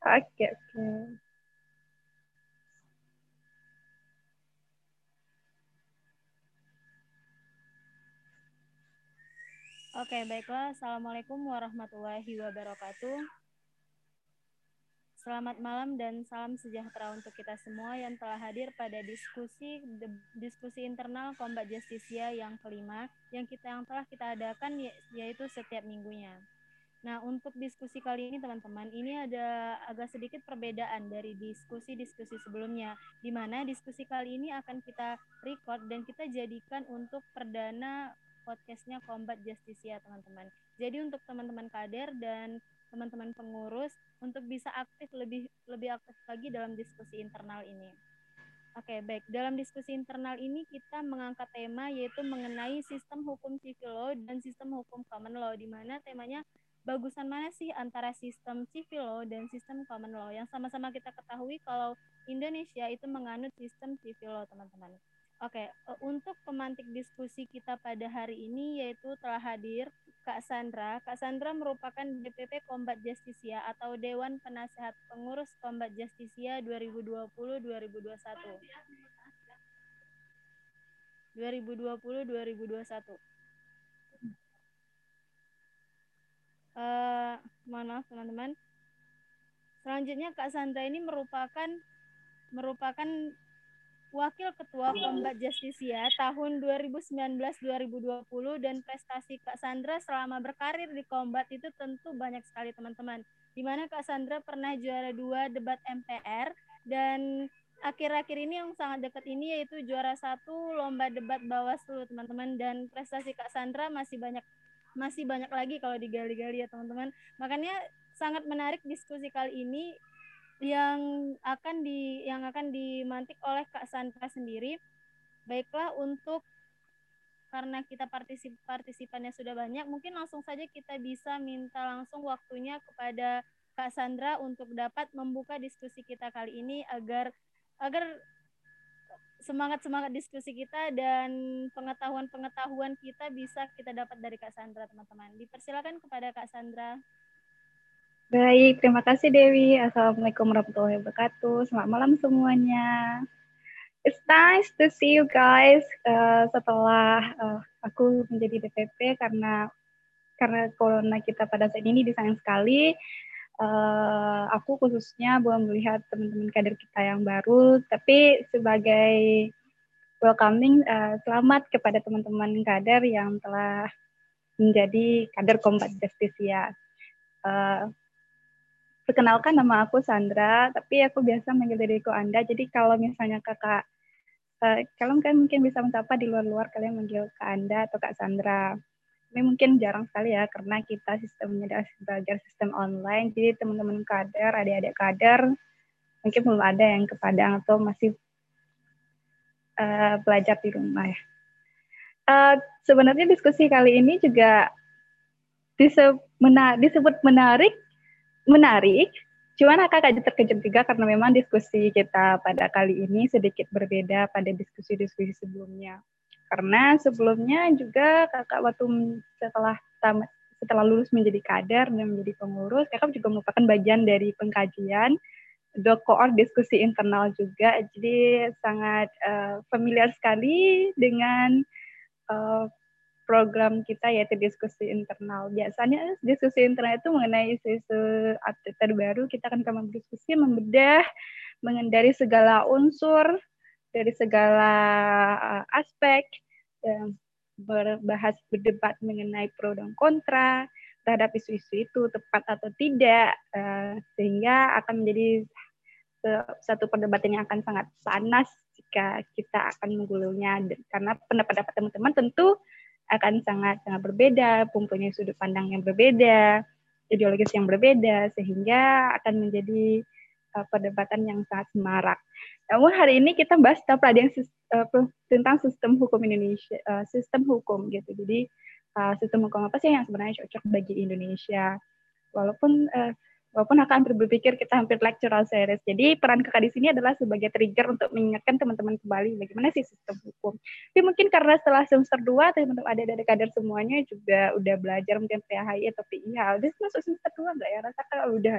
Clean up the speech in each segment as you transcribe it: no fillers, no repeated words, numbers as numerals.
Oke, oke. Oke, baiklah. Assalamualaikum warahmatullahi wabarakatuh. Selamat malam dan salam sejahtera untuk kita semua yang telah hadir pada diskusi internal Combat Justisia yang kelima yang telah kita adakan yaitu setiap minggunya. Nah, untuk diskusi kali ini teman-teman, ini ada agak sedikit perbedaan dari diskusi-diskusi sebelumnya, di mana diskusi kali ini akan kita record dan kita jadikan untuk perdana podcastnya Combat Justisia, teman-teman. Jadi untuk teman-teman kader dan teman-teman pengurus untuk bisa lebih aktif lagi dalam diskusi internal ini. Oke, baik. Dalam diskusi internal ini kita mengangkat tema yaitu mengenai sistem hukum civil law dan sistem hukum common law, di mana temanya bagusan mana sih antara sistem civil law dan sistem common law, yang sama-sama kita ketahui kalau Indonesia itu menganut sistem civil law, teman-teman. Oke, untuk pemantik diskusi kita pada hari ini yaitu telah hadir Kak Sandra. Kak Sandra merupakan DPP Combat Justisia atau Dewan Penasehat Pengurus Combat Justisia 2020-2021. 2020-2021. Mohon maaf teman-teman. Selanjutnya Kak Sandra ini merupakan Wakil Ketua Combat Justisia tahun 2019-2020, dan prestasi Kak Sandra selama berkarir di Combat itu tentu banyak sekali teman-teman. Di mana Kak Sandra pernah juara 2 debat MPR, dan akhir-akhir ini yang sangat dekat ini yaitu juara 1 lomba debat Bawaslu, teman-teman. Dan prestasi Kak Sandra masih banyak lagi kalau digali-gali ya teman-teman. Makanya sangat menarik diskusi kali ini yang akan dimantik oleh Kak Sandra sendiri. Baiklah, karena kita partisipannya sudah banyak, mungkin langsung saja kita bisa minta langsung waktunya kepada Kak Sandra untuk dapat membuka diskusi kita kali ini agar semangat diskusi kita dan pengetahuan kita bisa kita dapat dari Kak Sandra, teman-teman. Dipersilakan kepada Kak Sandra. Baik, terima kasih Dewi. Assalamualaikum warahmatullahi wabarakatuh. Selamat malam semuanya. It's nice to see you guys setelah aku menjadi DPP karena corona kita pada saat ini disayang sekali. Aku khususnya belum melihat teman-teman kader kita yang baru, tapi sebagai welcoming, selamat kepada teman-teman kader yang telah menjadi kader Combat Justisia. Perkenalkan, nama aku Sandra, tapi aku biasa manggil diriku Anda. Jadi kalau misalnya kakak, kalian kan mungkin bisa menyapa di luar-luar, kalian manggil Kak Anda atau Kak Sandra. Tapi mungkin jarang sekali ya, karena kita sistemnya adalah sebagai sistem online. Jadi teman-teman kader, adik-adik kader, mungkin belum ada yang ke Padang atau masih belajar di rumah ya. Sebenarnya diskusi kali ini juga disebut menarik, cuman agak terkejut juga karena memang diskusi kita pada kali ini sedikit berbeda pada diskusi-diskusi sebelumnya. Karena sebelumnya juga kakak waktu setelah lulus menjadi kader dan menjadi pengurus, kakak juga merupakan bagian dari pengkajian, koor diskusi internal juga, jadi sangat familiar sekali dengan program kita yaitu diskusi internal. Biasanya diskusi internal itu mengenai isu-isu update terbaru. Kita akan berdiskusi, membedah, mengendari segala unsur dari segala aspek, berdebat mengenai pro dan kontra terhadap isu-isu itu tepat atau tidak, sehingga akan menjadi satu perdebatan yang akan sangat panas jika kita akan menggulungnya, karena pendapat teman-teman tentu akan sangat berbeda, mempunyai sudut pandang yang berbeda, ideologis yang berbeda, sehingga akan menjadi perdebatan yang sangat semarak. Namun hari ini kita bahas tentang sistem hukum Indonesia, sistem hukum gitu. Jadi sistem hukum apa sih yang sebenarnya cocok bagi Indonesia? Walaupun akan berpikir kita hampir lectural series. Jadi peran kakak di sini adalah sebagai trigger untuk mengingatkan teman-teman kembali bagaimana sih sistem hukum. Tapi mungkin karena setelah semester 2, teman-teman ada kader semuanya juga udah belajar mungkin PHI atau PIH. Udah masuk semester 2 nggak ya? Rasa kalau udah lah.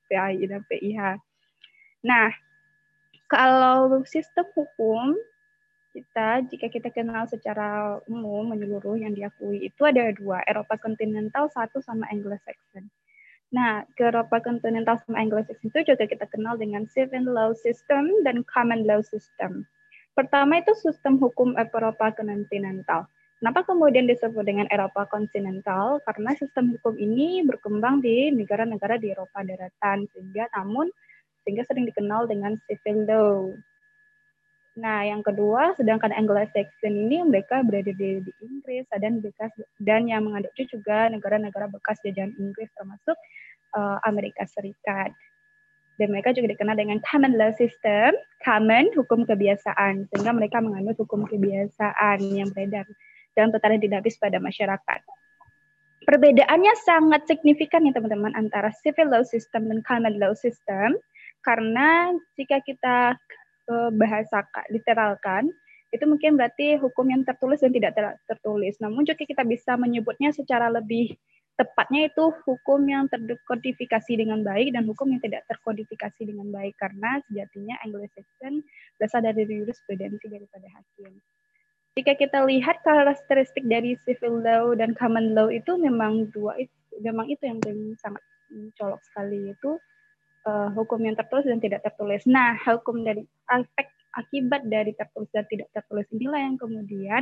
PAI dan PIH. Nah, kalau sistem hukum kita, jika kita kenal secara umum menyeluruh yang diakui, itu ada dua, Eropa kontinental satu sama Anglo-Saxon. Nah, ke Eropa kontinental sama Anglo-Saxon itu juga kita kenal dengan civil law system dan common law system. Pertama itu sistem hukum Eropa kontinental. Kenapa kemudian disebut dengan Eropa kontinental? Karena sistem hukum ini berkembang di negara-negara di Eropa daratan, sehingga sering dikenal dengan civil law. Nah, yang kedua, sedangkan Anglo-Saxon ini mereka berada di Inggris dan yang mengadopsi juga negara-negara bekas jajahan Inggris termasuk Amerika Serikat. Dan mereka juga dikenal dengan common law system, common hukum kebiasaan, sehingga mereka menganut hukum kebiasaan yang beredar dalam tataran dinamis pada masyarakat. Perbedaannya sangat signifikan ya teman-teman antara civil law system dan common law system, karena jika kita bahasakan, literalkan, itu mungkin berarti hukum yang tertulis dan tidak tertulis. Namun juga kita bisa menyebutnya secara lebih tepatnya itu hukum yang terkodifikasi dengan baik dan hukum yang tidak terkodifikasi dengan baik, karena sejatinya Anglo-Saxon berasal dari jurisprudensi daripada hakim. Jika kita lihat karakteristik dari civil law dan common law itu memang itu yang sangat mencolok sekali, itu hukum yang tertulis dan tidak tertulis. Nah, hukum dari akibat dari tertulis dan tidak tertulis inilah yang kemudian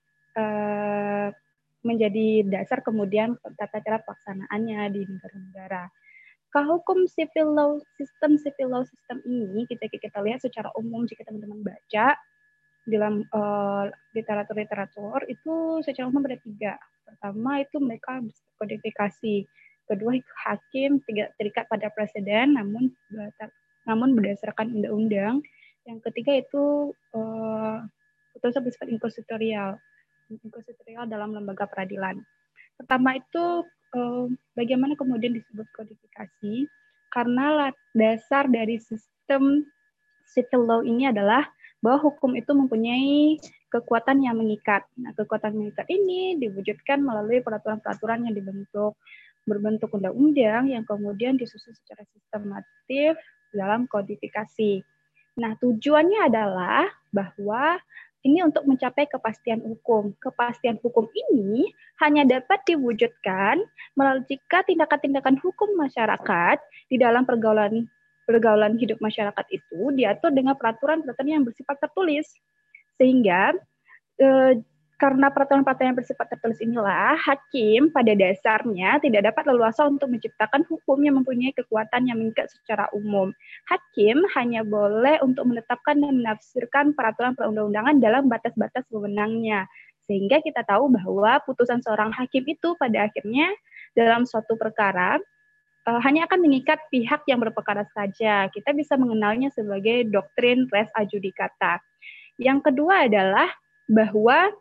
menjadi dasar kemudian tata cara pelaksanaannya di negara-negara. Kalau hukum civil law system ini kita lihat secara umum jika teman-teman baca dalam literatur itu secara umum ada 3. Pertama itu mereka kodifikasi. Kedua, hakim tidak terikat pada presiden, namun berdasarkan undang-undang. Yang ketiga itu putusan bersifat inkuisitorial dalam lembaga peradilan. Pertama itu bagaimana kemudian disebut kodifikasi? Karena dasar dari sistem civil law ini adalah bahwa hukum itu mempunyai kekuatan yang mengikat. Nah, kekuatan mengikat ini diwujudkan melalui peraturan-peraturan yang berbentuk undang-undang yang kemudian disusun secara sistematif dalam kodifikasi. Nah, tujuannya adalah bahwa ini untuk mencapai kepastian hukum. Kepastian hukum ini hanya dapat diwujudkan melalui jika tindakan-tindakan hukum masyarakat di dalam pergaulan hidup masyarakat itu diatur dengan peraturan-peraturan yang bersifat tertulis. Sehingga karena peraturan-peraturan yang bersifat tertulis inilah, hakim pada dasarnya tidak dapat leluasa untuk menciptakan hukum yang mempunyai kekuatan yang mengikat secara umum. Hakim hanya boleh untuk menetapkan dan menafsirkan peraturan perundang-undangan dalam batas-batas wewenangnya. Sehingga kita tahu bahwa putusan seorang hakim itu pada akhirnya dalam suatu perkara hanya akan mengikat pihak yang berperkara saja. Kita bisa mengenalnya sebagai doktrin res adjudicata. Yang kedua adalah bahwa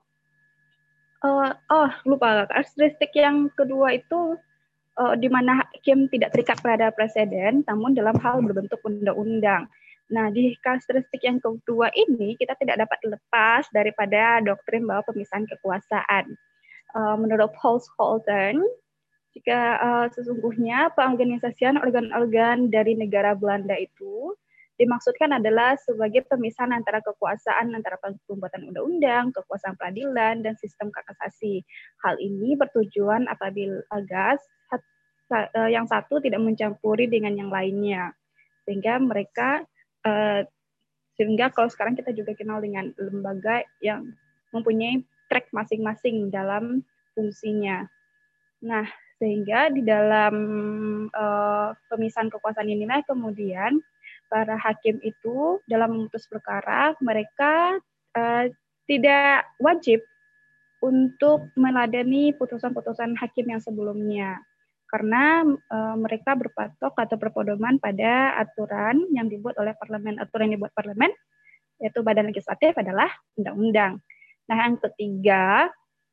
lupa, karakteristik yang kedua itu di mana hakim tidak terikat pada presiden, namun dalam hal berbentuk undang-undang. Nah, di karakteristik yang kedua ini kita tidak dapat lepas daripada doktrin bahwa pemisahan kekuasaan. Menurut Holzholten, jika sesungguhnya pengorganisasian organ-organ dari negara Belanda itu dimaksudkan adalah sebagai pemisahan antara kekuasaan antara pembuatan undang-undang, kekuasaan peradilan, dan sistem kasasi. Hal ini bertujuan apabila yang satu tidak mencampuri dengan yang lainnya, sehingga kalau sekarang kita juga kenal dengan lembaga yang mempunyai track masing-masing dalam fungsinya. Nah, sehingga di dalam pemisahan kekuasaan inilah kemudian para hakim itu dalam memutus perkara mereka tidak wajib untuk meladeni putusan-putusan hakim yang sebelumnya, karena mereka berpatok atau berpedoman pada aturan yang dibuat oleh parlemen. Aturan yang dibuat parlemen, yaitu badan legislatif, adalah undang-undang. Nah, yang ketiga,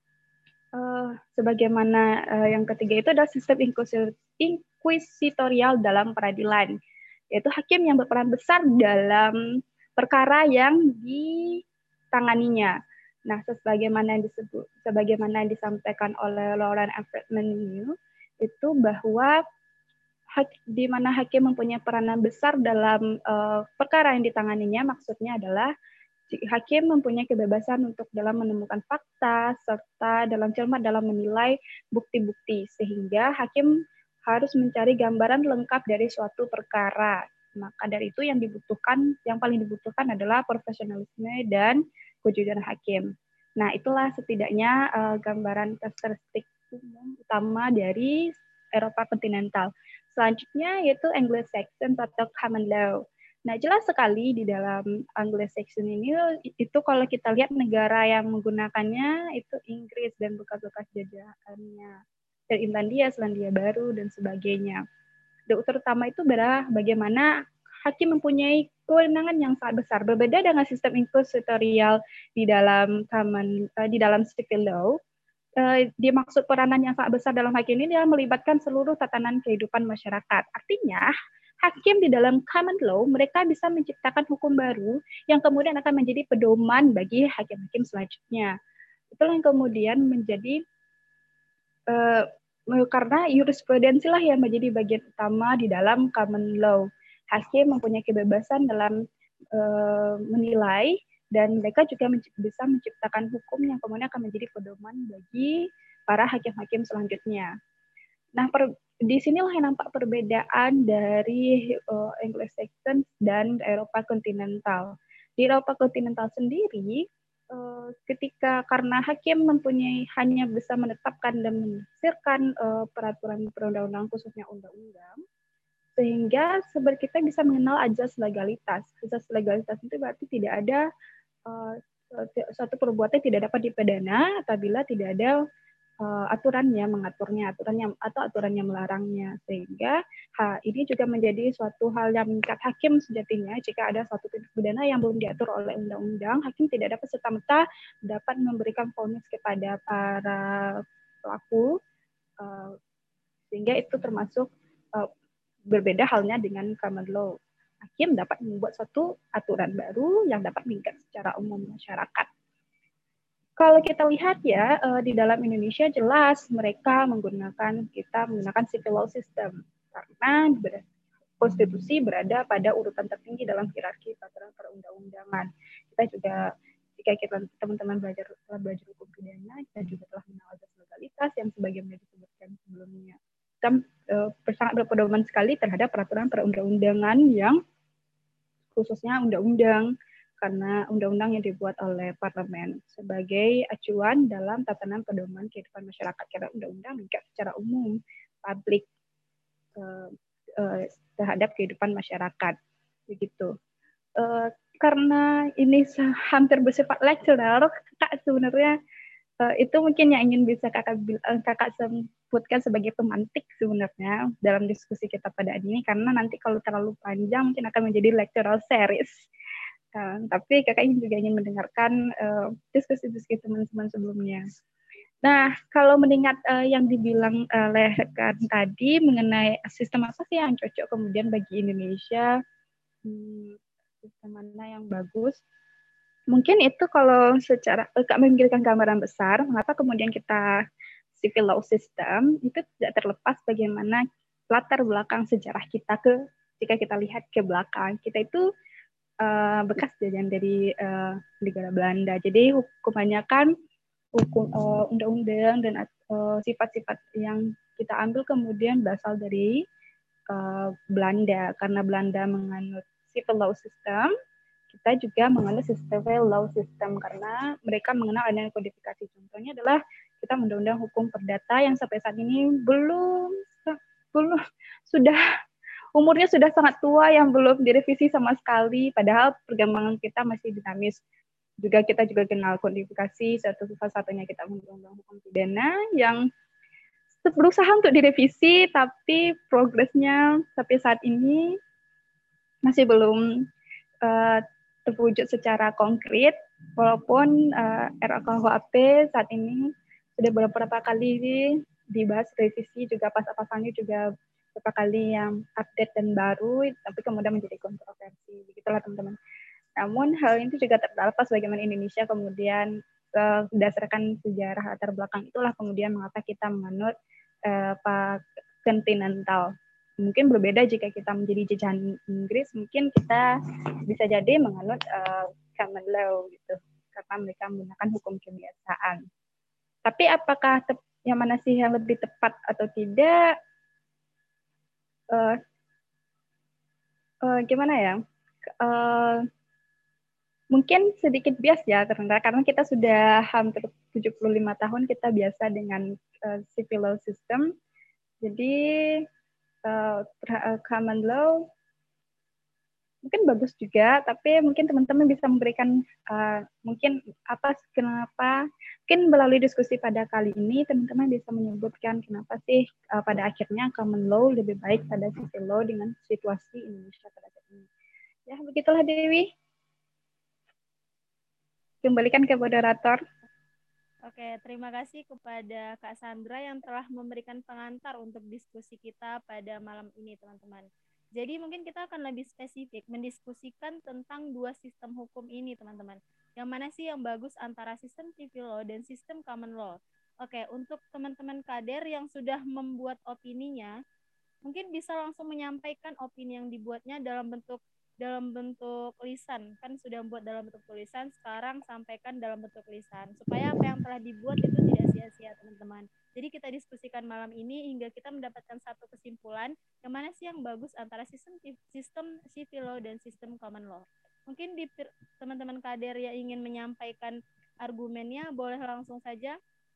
yang ketiga itu adalah sistem inkuisitorial dalam peradilan, yaitu hakim yang berperan besar dalam perkara yang ditanganinya. Nah, sebagaimana disampaikan oleh Lauren and Friedman itu bahwa di mana hakim mempunyai peranan besar dalam perkara yang ditanganinya. Maksudnya adalah hakim mempunyai kebebasan untuk dalam menemukan fakta serta dalam cermat dalam menilai bukti-bukti, sehingga hakim harus mencari gambaran lengkap dari suatu perkara. Maka dari itu yang paling dibutuhkan adalah profesionalisme dan kejujuran hakim. Nah, itulah setidaknya gambaran karakteristik umum utama dari Eropa kontinental. Selanjutnya yaitu Anglo-Saxon atau common law. Nah, jelas sekali di dalam Anglo-Saxon ini itu kalau kita lihat negara yang menggunakannya itu Inggris dan bekas-bekas jajahannya, dan Irlandia, Selandia Baru dan sebagainya. Dan terutama itu adalah bagaimana hakim mempunyai kewenangan yang sangat besar. Berbeda dengan sistem inkuisitorial di dalam civil law, dimaksud peranan yang sangat besar dalam hakim ini adalah melibatkan seluruh tatanan kehidupan masyarakat. Artinya, hakim di dalam common law, mereka bisa menciptakan hukum baru yang kemudian akan menjadi pedoman bagi hakim-hakim selanjutnya. Itulah yang kemudian menjadi, karena jurisprudensi lah yang menjadi bagian utama di dalam common law. Hakim mempunyai kebebasan dalam menilai, dan mereka juga bisa menciptakan hukum yang kemudian akan menjadi pedoman bagi para hakim-hakim selanjutnya. Nah, di sinilah yang nampak perbedaan dari Anglo-Saxon dan Eropa kontinental. Di Eropa kontinental sendiri, ketika karena hakim hanya bisa menetapkan dan menafsirkan peraturan perundang-undang, khususnya undang-undang, sehingga kita bisa mengenal azas legalitas. Azas legalitas itu berarti tidak ada suatu perbuatan tidak dapat dipidana apabila tidak ada aturannya mengaturnya, aturannya melarangnya, sehingga ini juga menjadi suatu hal yang mengikat hakim sejatinya. Jika ada suatu tindak pidana yang belum diatur oleh undang-undang, hakim tidak dapat serta-merta dapat memberikan vonis kepada para pelaku, sehingga itu termasuk berbeda halnya dengan common law. Hakim dapat membuat suatu aturan baru yang dapat mengikat secara umum masyarakat. Kalau kita lihat ya, di dalam Indonesia jelas kita menggunakan civil law system, karena konstitusi berada pada urutan tertinggi dalam hierarki peraturan perundang-undangan. Kita juga, jika teman-teman belajar hukum pidana, kita juga telah mengenal azas legalitas yang sebagaimana disebutkan sebelumnya. Kita sangat berpedoman sekali terhadap peraturan perundang-undangan yang khususnya undang-undang, karena undang-undang yang dibuat oleh parlemen sebagai acuan dalam tatanan pedoman kehidupan masyarakat, karena undang-undang mengikat secara umum publik terhadap kehidupan masyarakat, begitu. Karena ini hampir bersifat lecturer, Kak, sebenarnya itu mungkin yang ingin bisa kakak sebutkan sebagai pemantik sebenarnya dalam diskusi kita pada hari ini, karena nanti kalau terlalu panjang mungkin akan menjadi lectural series. Tapi kakak juga ingin mendengarkan diskusi-diskusi teman-teman sebelumnya. Nah, kalau mengingat yang dibilang oleh rekan tadi mengenai sistem apa sih yang cocok kemudian bagi Indonesia, sistem mana yang bagus, mungkin itu kalau secara memberikan gambaran besar mengapa kemudian kita civil law system itu tidak terlepas bagaimana latar belakang sejarah kita jika kita lihat ke belakang, kita itu bekas jajahan dari negara Belanda. Jadi kebanyakan hukum undang-undang dan sifat-sifat yang kita ambil kemudian berasal dari Belanda, karena Belanda menganut civil law system. Kita juga mengenal civil law system karena mereka mengenal adanya kodifikasi. Contohnya adalah kita undang-undang hukum perdata yang sampai saat ini belum sudah umurnya sudah sangat tua, yang belum direvisi sama sekali, padahal perkembangan kita masih dinamis. Juga kita juga kenal kodifikasi, satu-satunya kita undang-undang hukum pidana yang berusaha untuk direvisi, tapi progresnya sampai saat ini masih belum terwujud secara konkret, walaupun RKUHP saat ini sudah beberapa kali dibahas revisi, juga pasal-pasalnya juga beberapa kali yang update dan baru, tapi kemudian menjadi kontroversi. Begitulah teman-teman. Namun hal ini juga terlepas bagaimana Indonesia kemudian berdasarkan sejarah latar belakang itulah kemudian mengapa kita menganut kontinental. mungkin berbeda jika kita menjadi jajahan Inggris, mungkin kita bisa jadi menganut common law gitu, karena mereka menggunakan hukum kebiasaan. Tapi apakah yang mana sih yang lebih tepat atau tidak? Gimana ya? Mungkin sedikit bias ya, karena kita sudah hampir 75 tahun kita biasa dengan civil law system. Jadi common law mungkin bagus juga, tapi mungkin teman-teman bisa memberikan mungkin kenapa mungkin melalui diskusi pada kali ini teman-teman bisa menyebutkan kenapa sih pada akhirnya common law lebih baik pada civil law dengan situasi Indonesia pada saat ini. Ya, begitulah Dewi. Kembalikan ke moderator. Oke, terima kasih kepada Kak Sandra yang telah memberikan pengantar untuk diskusi kita pada malam ini, teman-teman. Jadi mungkin kita akan lebih spesifik mendiskusikan tentang dua sistem hukum ini, teman-teman. Yang mana sih yang bagus antara sistem civil law dan sistem common law? Oke, untuk teman-teman kader yang sudah membuat opininya, mungkin bisa langsung menyampaikan opini yang dibuatnya dalam bentuk lisan. Kan sudah membuat dalam bentuk tulisan, sekarang sampaikan dalam bentuk lisan supaya apa yang telah dibuat itu tidak sia-sia, teman-teman. Jadi kita diskusikan malam ini hingga kita mendapatkan satu kesimpulan yang mana sih yang bagus antara sistem civil law dan sistem common law. Mungkin di teman-teman kader yang ingin menyampaikan argumennya boleh langsung saja.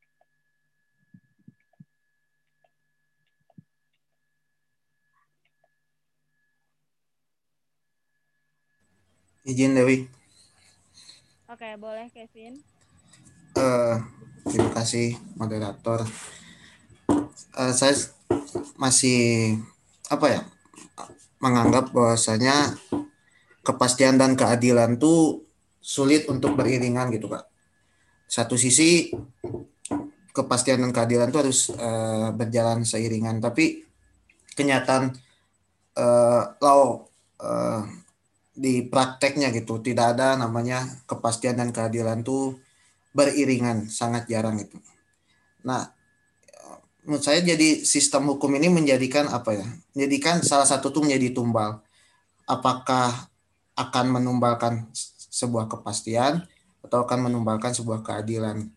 Izin Dewi. Oke, boleh Kevin. Terima kasih moderator. Saya masih menganggap bahwasanya kepastian dan keadilan tuh sulit untuk beriringan gitu Kak. Satu sisi kepastian dan keadilan itu harus berjalan seiringan, tapi kenyataan law di prakteknya gitu tidak ada namanya kepastian dan keadilan tuh beriringan, sangat jarang itu. Nah, menurut saya jadi sistem hukum ini menjadikan menjadikan salah satu tuh menjadi tumbal. Apakah akan menumbalkan sebuah kepastian atau akan menumbalkan sebuah keadilan?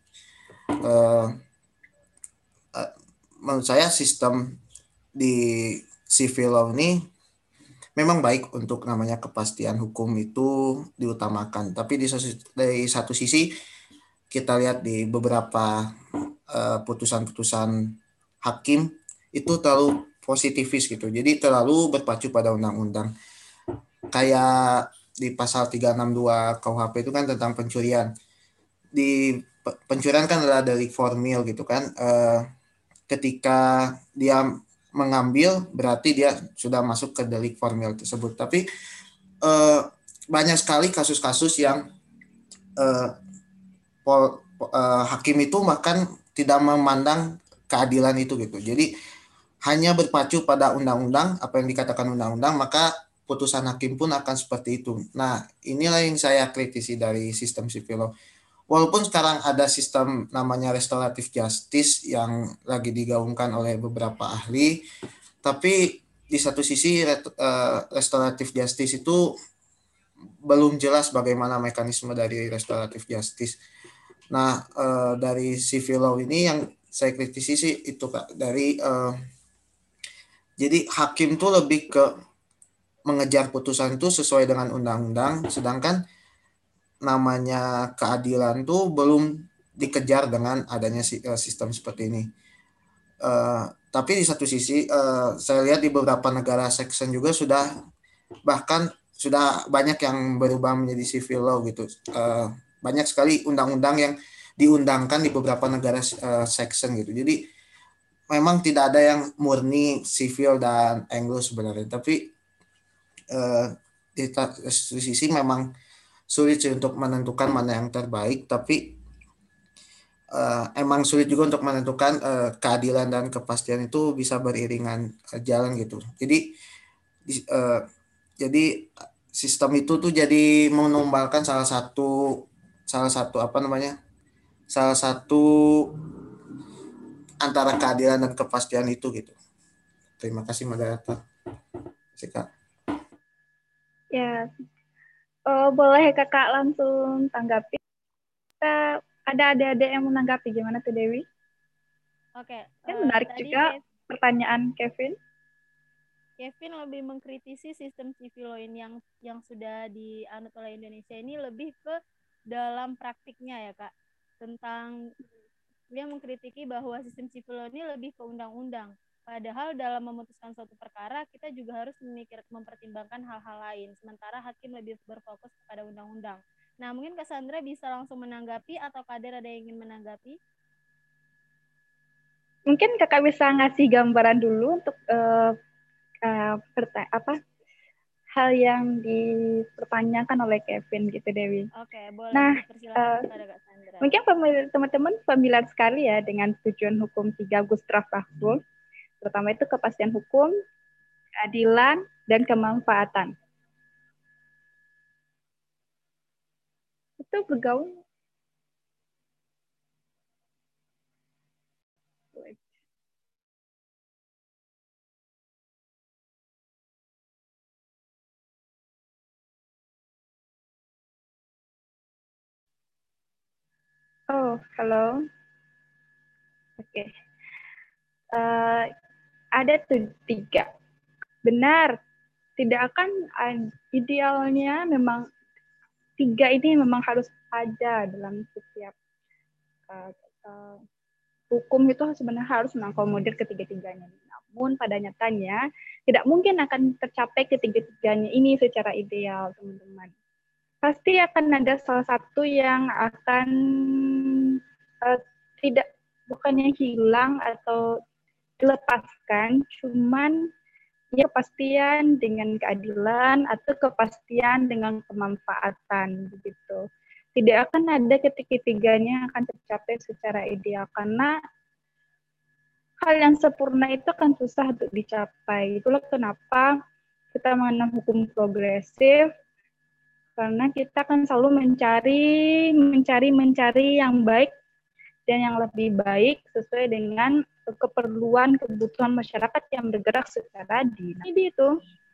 Menurut saya sistem di civil law ini memang baik untuk namanya kepastian hukum itu diutamakan. Tapi dari satu sisi kita lihat di beberapa putusan-putusan hakim itu terlalu positivis gitu. Jadi terlalu berpacu pada undang-undang. Kayak di pasal 362 KUHP itu kan tentang pencurian. Di pencurian kan adalah delik formil gitu kan. Ketika dia mengambil berarti dia sudah masuk ke delik formil tersebut. Tapi banyak sekali kasus-kasus yang hakim itu bahkan tidak memandang keadilan itu gitu. Jadi hanya berpacu pada undang-undang, apa yang dikatakan undang-undang, maka putusan hakim pun akan seperti itu. Nah, inilah yang saya kritisi dari sistem civil law. Walaupun sekarang ada sistem namanya restoratif justice yang lagi digaungkan oleh beberapa ahli, tapi di satu sisi restoratif justice itu belum jelas bagaimana mekanisme dari restoratif justice. Nah, dari civil law ini yang saya kritisi sih itu Kak, dari jadi hakim tuh lebih ke mengejar putusan itu sesuai dengan undang-undang, sedangkan namanya keadilan tuh belum dikejar dengan adanya sistem seperti ini. Tapi di satu sisi saya lihat di beberapa negara section juga bahkan sudah banyak yang berubah menjadi civil law gitu. Banyak sekali undang-undang yang diundangkan di beberapa negara section gitu. Jadi memang tidak ada yang murni civil dan Anglo sebenarnya, tapi di sisi memang sulit untuk menentukan mana yang terbaik, tapi emang sulit juga untuk menentukan keadilan dan kepastian itu bisa beriringan jalan gitu. Jadi sistem itu tuh jadi menumbalkan salah satu antara keadilan dan kepastian itu gitu. Terima kasih moderator. sih Kak. Ya, boleh kakak langsung tanggapi. Kita ada adik-adik yang menanggapi, gimana tuh Dewi? Oke, Kan menarik tadi juga pertanyaan Kevin. Kevin lebih mengkritisi sistem civil law ini yang sudah dianut oleh Indonesia ini lebih ke dalam praktiknya ya Kak. Tentang dia mengkritiki bahwa sistem civil law ini lebih ke undang-undang. Padahal dalam memutuskan suatu perkara kita juga harus mempertimbangkan hal-hal lain. Sementara hakim lebih berfokus kepada undang-undang. Nah, mungkin Cassandra bisa langsung menanggapi atau Kader ada yang ingin menanggapi? Mungkin kakak bisa ngasih gambaran dulu untuk hal yang dipertanyakan oleh Kevin gitu Dewi. Oke, boleh Nah, dipersilakan kepada Kak Sandra. mungkin teman-teman familiar sekali ya dengan tujuan hukum 3 Gustav Mahfuz, terutama itu kepastian hukum, keadilan, dan kemanfaatan. Itu bergaul. Oh, halo. Oke. Ada 3. Benar. Tidak akan idealnya memang 3 ini memang harus ada dalam setiap hukum itu sebenarnya harus mengakomodir ketiga-tiganya. Namun pada nyatanya tidak mungkin akan tercapai ketiga-tiganya ini secara ideal, teman-teman. Pasti akan ada salah satu yang akan tidak bukannya hilang atau dilepaskan, cuman ya kepastian dengan keadilan atau kepastian dengan kemanfaatan begitu. Tidak akan ada ketiga-tiganya akan tercapai secara ideal karena hal yang sempurna itu akan susah untuk dicapai. Itulah kenapa kita mengenal hukum progresif, karena kita akan selalu mencari yang baik dan yang lebih baik sesuai dengan keperluan kebutuhan masyarakat yang bergerak secara dinamis. Jadi itu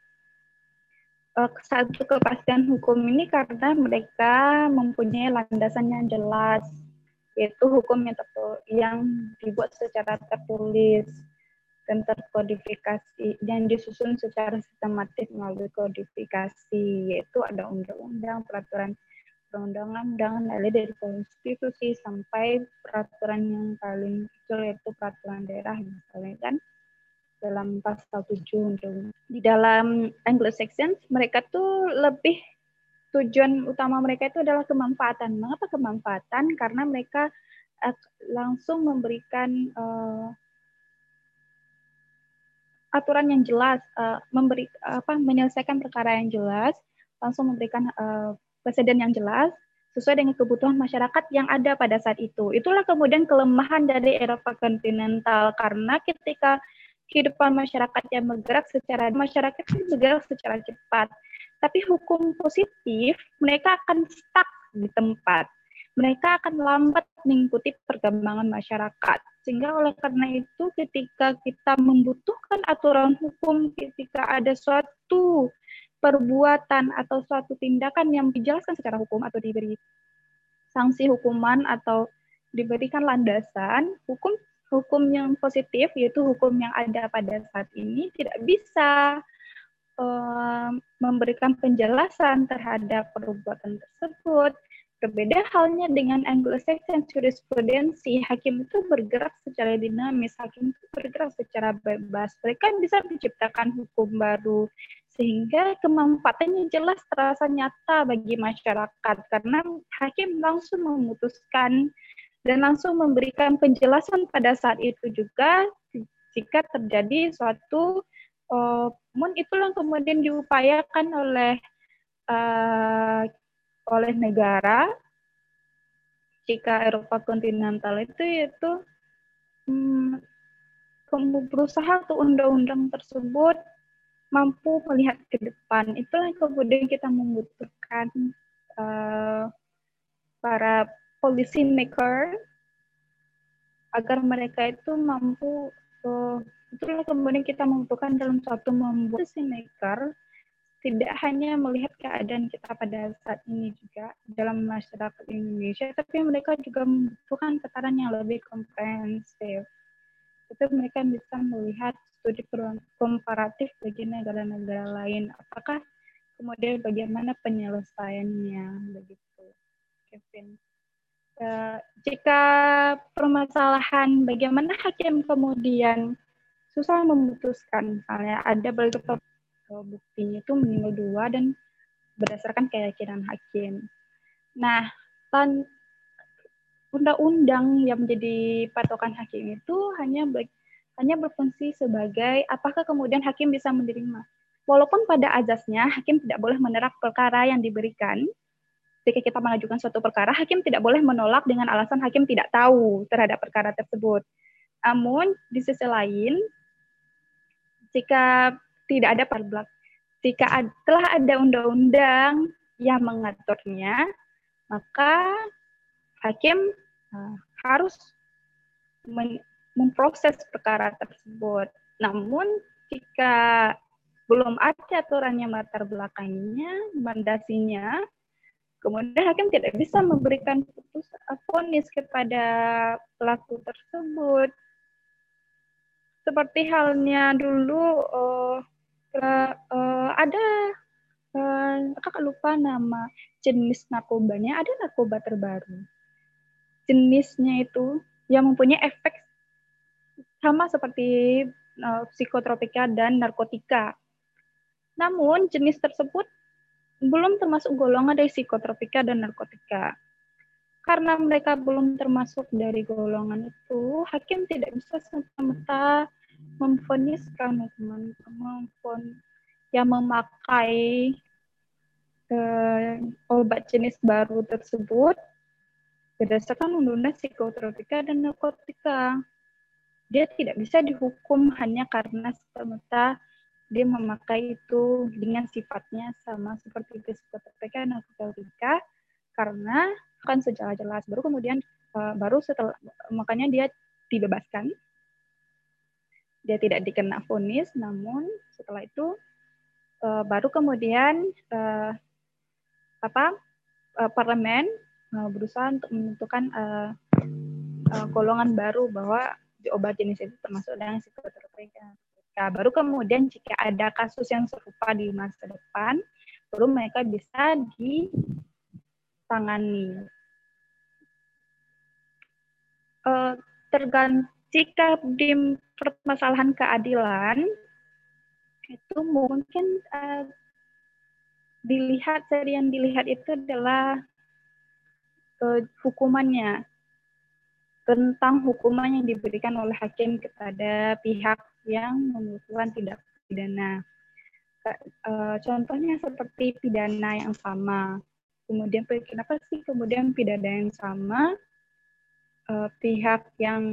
satu kepastian hukum ini karena mereka mempunyai landasan yang jelas, yaitu hukum yang dibuat secara tertulis dan terkodifikasi dan disusun secara sistematis melalui kodifikasi, yaitu ada undang-undang, peraturan perundang-undangan, mulai dari konstitusi sampai peraturan yang paling kecil yaitu peraturan daerah misalnya kan dalam pasal 7 di dalam Anglo-Saxon mereka tuh lebih tujuan utama mereka itu adalah kemanfaatan. Mengapa kemanfaatan? Karena mereka langsung memberikan aturan yang jelas, menyelesaikan perkara yang jelas, langsung memberikan presiden yang jelas sesuai dengan kebutuhan masyarakat yang ada pada saat itu. Itulah kemudian kelemahan dari Eropa kontinental karena ketika kehidupan masyarakat yang bergerak secara cepat. Tapi hukum positif mereka akan stuck di tempat. Mereka akan lambat mengikuti perkembangan masyarakat. Sehingga oleh karena itu ketika kita membutuhkan aturan hukum, ketika ada suatu perbuatan atau suatu tindakan yang dijelaskan secara hukum atau diberi sanksi hukuman atau diberikan landasan, hukum yang positif yaitu hukum yang ada pada saat ini tidak bisa memberikan penjelasan terhadap perbuatan tersebut. Berbeda halnya dengan Anglo-Saxon jurisprudensi, hakim itu bergerak secara dinamis, hakim itu bergerak secara bebas. Mereka bisa menciptakan hukum baru, sehingga kemanfaatannya jelas terasa nyata bagi masyarakat, karena hakim langsung memutuskan dan langsung memberikan penjelasan pada saat itu juga jika terjadi suatu itulah kemudian diupayakan oleh negara jika Eropa kontinental itu berusaha untuk undang-undang tersebut mampu melihat ke depan. Itulah kemudian kita membutuhkan para policy maker agar mereka itu mampu Itulah kemudian kita membutuhkan dalam suatu membuat decision maker tidak hanya melihat keadaan kita pada saat ini juga dalam masyarakat Indonesia, tapi mereka juga membutuhkan tataran yang lebih komprehensif. Itu mereka bisa melihat studi komparatif bagi negara-negara lain. Apakah kemudian bagaimana penyelesaiannya begitu, Kevin. Jika permasalahan bagaimana hakim kemudian susah memutuskan, misalnya ada beberapa buktinya itu minimal 2 dan berdasarkan keyakinan hakim. Nah, undang-undang yang menjadi patokan hakim itu hanya berfungsi sebagai apakah kemudian hakim bisa menerima. Walaupun pada azasnya hakim tidak boleh menolak perkara yang diberikan. Jika kita mengajukan suatu perkara, hakim tidak boleh menolak dengan alasan hakim tidak tahu terhadap perkara tersebut. Namun, di sisi lain, jika tidak ada jika telah ada undang-undang yang mengaturnya, maka hakim harus memproses perkara tersebut. Namun, jika belum ada aturan yang melatar belakangnya, mandasinya, kemudian hakim tidak bisa memberikan vonis kepada pelaku tersebut. Seperti halnya dulu ada kakak lupa nama jenis narkobanya, ada narkoba terbaru. Jenisnya itu yang mempunyai efek sama seperti psikotropika dan narkotika. Namun jenis tersebut belum termasuk golongan dari psikotropika dan narkotika. Karena mereka belum termasuk dari golongan itu, hakim tidak bisa serta-merta memvoniskan yang memakai obat jenis baru tersebut berdasarkan undang-undang psikotropika dan narkotika. Dia tidak bisa dihukum hanya karena serta-merta dia memakai itu dengan sifatnya sama seperti psikotropika dan narkotika, karena kan secara jelas baru setelah makanya dia dibebaskan, dia tidak dikena vonis, namun setelah itu baru kemudian parlemen berusaha untuk menentukan golongan baru bahwa obat jenis itu termasuk dengan psikotropika. Baru kemudian jika ada kasus yang serupa di masa depan, baru mereka bisa ditangani. Jika di permasalahan keadilan itu mungkin yang dilihat itu adalah hukumannya, tentang hukuman yang diberikan oleh hakim kepada pihak yang membutuhkan tindak pidana. Contohnya seperti pidana yang sama. Kemudian kenapa sih kemudian pidana yang sama dua pihak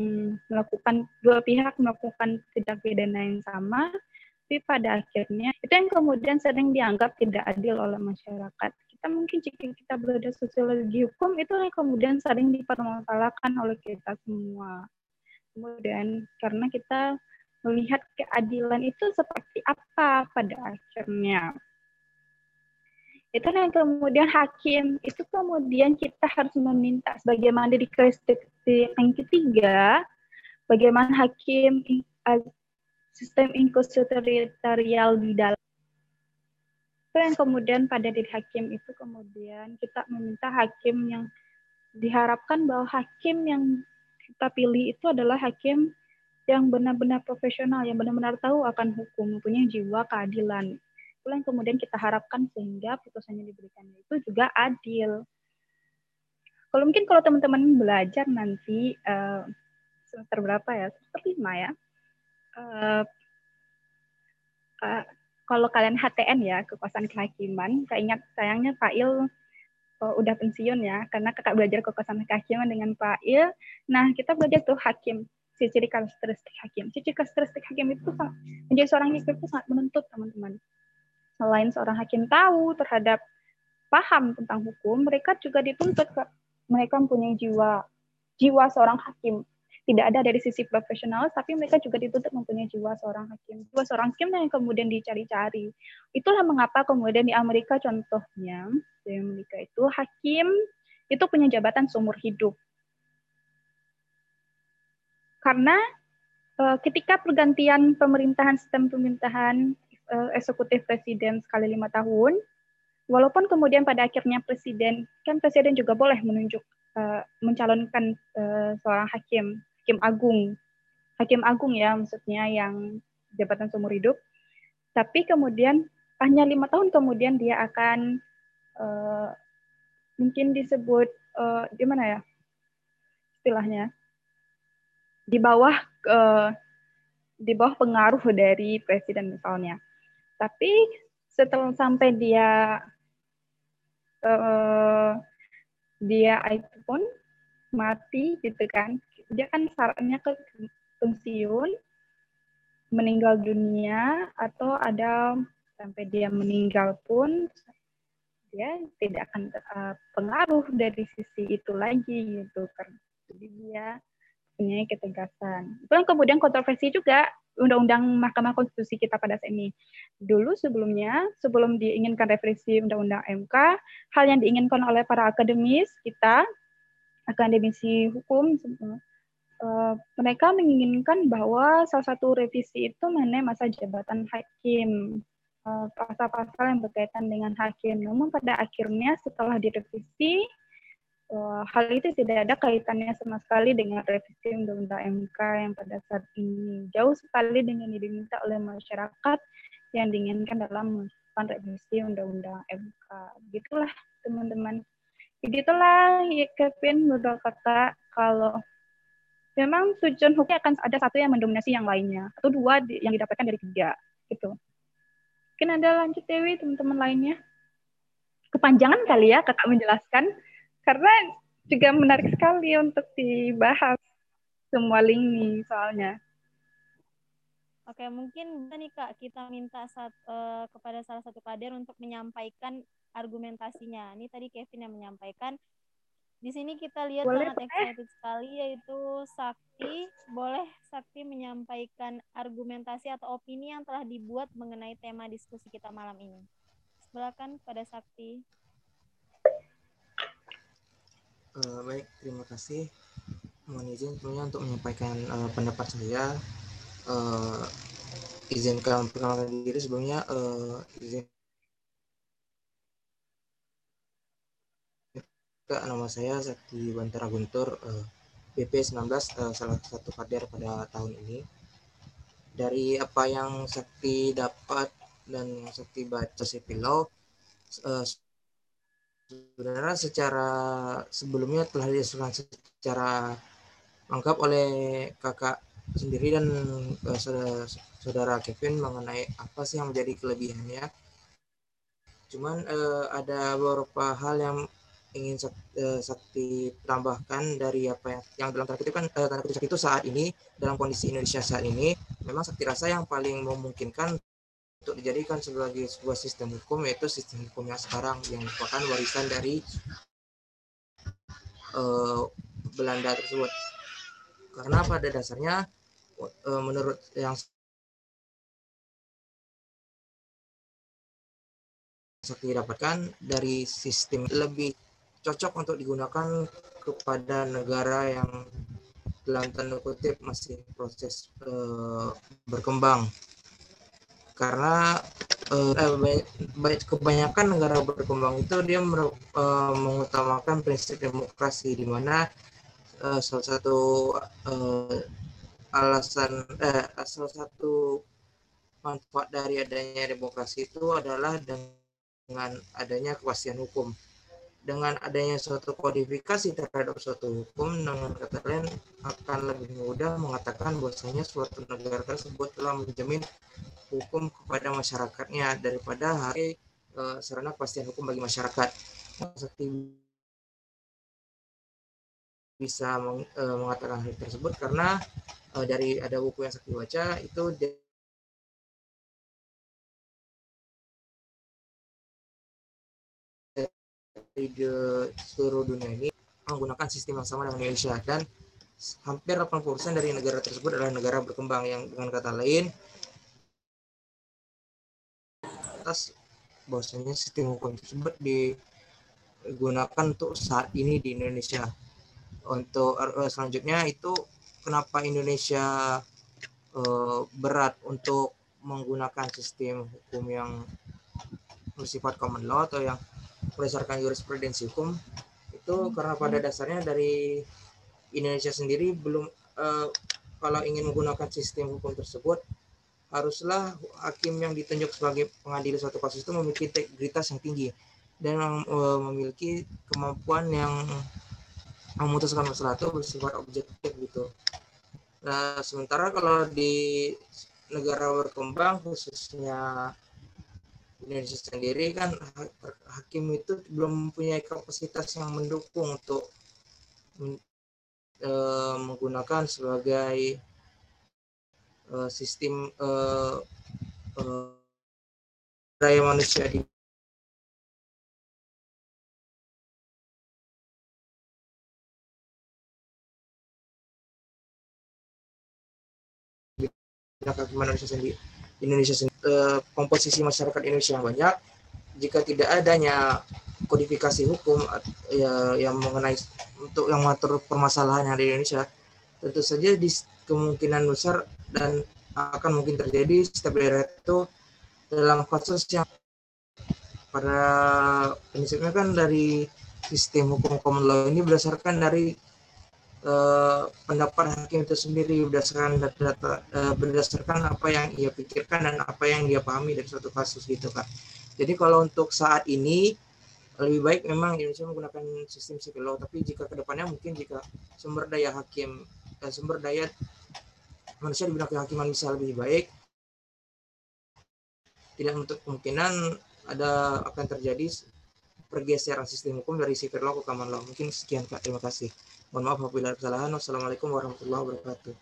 melakukan tindak pidana yang sama, tapi pada akhirnya itu yang kemudian sering dianggap tidak adil oleh masyarakat. Mungkin jika kita belajar sosiologi hukum, itu yang kemudian sering dipermasalahkan oleh kita semua. Kemudian karena kita melihat keadilan itu seperti apa pada akhirnya. Itu yang kemudian hakim, itu kemudian kita harus meminta sebagaimana di yang ketiga, bagaimana hakim sistem inkusitorial di dalam itu yang kemudian pada diri hakim itu kemudian kita meminta hakim yang diharapkan bahwa hakim yang kita pilih itu adalah hakim yang benar-benar profesional, yang benar-benar tahu akan hukum, mempunyai jiwa keadilan. Itulah yang kemudian kita harapkan sehingga putusan yang diberikan itu juga adil. Kalau teman-teman belajar nanti semester berapa ya? Semester 5 ya. Kalau kalian HTN ya, kekuasaan kehakiman, sayangnya Pak Il udah pensiun ya, karena kakak belajar kekuasaan kehakiman dengan Pak Il. Nah, kita belajar tuh hakim, ciri karakteristik hakim. Ciri karakteristik hakim itu menjadi seorang hakim itu sangat menuntut, teman-teman. Selain seorang hakim tahu terhadap paham tentang hukum, mereka juga dituntut mereka mempunyai jiwa seorang hakim. tidak ada dari sisi profesional, tapi mereka juga dituntut mempunyai jiwa seorang hakim. Jiwa seorang hakim yang kemudian dicari-cari. Itulah mengapa kemudian di Amerika contohnya, di Amerika itu hakim itu punya jabatan seumur hidup. Karena ketika pergantian pemerintahan, sistem pemerintahan eksekutif presiden sekali 5 tahun, walaupun kemudian pada akhirnya presiden juga boleh menunjuk mencalonkan seorang hakim agung ya maksudnya yang jabatan seumur hidup, tapi kemudian hanya 5 tahun kemudian dia akan mungkin disebut gimana ya istilahnya di bawah pengaruh dari presiden misalnya. Tapi setelah sampai dia itu pun mati gitu kan, dia kan syaratnya ke pensiun, meninggal dunia, atau ada sampai dia meninggal pun dia tidak akan pengaruh dari sisi itu lagi gitu kan. Jadi dia punya ketegasan. Itu yang kemudian kontroversi juga Undang-Undang Mahkamah Konstitusi kita pada saat ini. Dulu sebelum diinginkan revisi Undang-Undang MK, hal yang diinginkan oleh para akademis kita, akademisi hukum, mereka menginginkan bahwa salah satu revisi itu mengenai masa jabatan hakim, pasal-pasal yang berkaitan dengan hakim. Namun pada akhirnya setelah direvisi, hal itu tidak ada kaitannya sama sekali dengan revisi Undang-Undang MK yang pada saat ini jauh sekali dengan yang diminta oleh masyarakat yang diinginkan dalam melakukan revisi Undang-Undang MK. Begitulah teman-teman. Begitulah Kevin menurut kakak, kalau memang tujuan hukum akan ada satu yang mendominasi yang lainnya atau dua yang didapatkan dari tiga gitu. Mungkin ada lanjut Dewi teman-teman lainnya. Kepanjangan kali ya kakak menjelaskan. Karena juga menarik sekali untuk dibahas semua lini soalnya. Oke, mungkin bisa nih Kak, kita minta kepada salah satu kader untuk menyampaikan argumentasinya. Ini tadi Kevin yang menyampaikan. Di sini kita lihat sangat excited sekali, yaitu Sakti. Boleh Sakti menyampaikan argumentasi atau opini yang telah dibuat mengenai tema diskusi kita malam ini. Silakan pada Sakti. Baik, terima kasih. Mohon izin tentunya untuk menyampaikan pendapat saya. Izinkan perkenalkan diri sebelumnya. Nama saya Sakti Bantara Guntur, PP 19, salah satu kader pada tahun ini. Dari apa yang Sakti dapat dan Sakti baca civil law, sebenarnya secara sebelumnya telah disebutkan secara lengkap oleh kakak sendiri dan saudara Kevin mengenai apa sih yang menjadi kelebihannya. Cuman ada beberapa hal yang ingin Sakti tambahkan dari apa yang dalam tanda kutip kan tanda kutip itu saat ini dalam kondisi Indonesia saat ini memang Sakti rasa yang paling memungkinkan untuk dijadikan sebagai sebuah sistem hukum yaitu sistem hukum yang sekarang yang merupakan warisan dari Belanda tersebut. Karena pada dasarnya menurut yang Sakti dapatkan dari sistem lebih cocok untuk digunakan kepada negara yang dalam tanda kutip masih proses berkembang. Karena kebanyakan negara berkembang itu dia mengutamakan prinsip demokrasi, di mana salah satu salah satu manfaat dari adanya demokrasi itu adalah dengan adanya kepastian hukum. Dengan adanya suatu kodifikasi terhadap suatu hukum, dengan kata lain akan lebih mudah mengatakan bahwasanya suatu negara tersebut telah menjamin hukum kepada masyarakatnya daripada hari sarana kepastian hukum bagi masyarakat. Sakti bisa mengatakan hal tersebut karena dari ada buku yang Sakti baca itu di seluruh dunia ini menggunakan sistem yang sama dengan Indonesia, dan hampir 80% dari negara tersebut adalah negara berkembang, yang dengan kata lain atas bahwasanya sistem hukum tersebut digunakan untuk saat ini di Indonesia. Untuk selanjutnya itu kenapa Indonesia berat untuk menggunakan sistem hukum yang bersifat common law atau yang berdasarkan jurisprudensi hukum, itu karena pada dasarnya dari Indonesia sendiri belum kalau ingin menggunakan sistem hukum tersebut, haruslah hakim yang ditunjuk sebagai pengadil suatu kasus itu memiliki integritas yang tinggi dan memiliki kemampuan yang memutuskan masalah itu bersifat objektif gitu. Nah, sementara kalau di negara berkembang khususnya Indonesia sendiri kan hakim itu belum mempunyai kapasitas yang mendukung untuk menggunakan sebagai sistem daya manusia di Indonesia sendiri. Komposisi masyarakat Indonesia yang banyak, jika tidak adanya kodifikasi hukum yang mengenai untuk yang mengatur permasalahan yang ada di Indonesia, tentu saja di kemungkinan besar dan akan mungkin terjadi setiap daerah itu dalam kasus yang pada prinsipnya kan dari sistem hukum common law ini berdasarkan dari pendapat hakim itu sendiri, berdasarkan data, berdasarkan apa yang ia pikirkan dan apa yang dia pahami dari suatu kasus gitu kan. Jadi kalau untuk saat ini lebih baik memang Indonesia menggunakan sistem civil law, tapi jika kedepannya mungkin jika sumber daya hakim dan sumber daya manusia di bidang kehakiman bisa lebih baik, tidak menutup kemungkinan ada akan terjadi pergeseran sistem hukum dari civil law ke common law. Mungkin sekian Kak, terima kasih. Mohon maaf apabila ada kesalahan. Wassalamualaikum warahmatullahi wabarakatuh.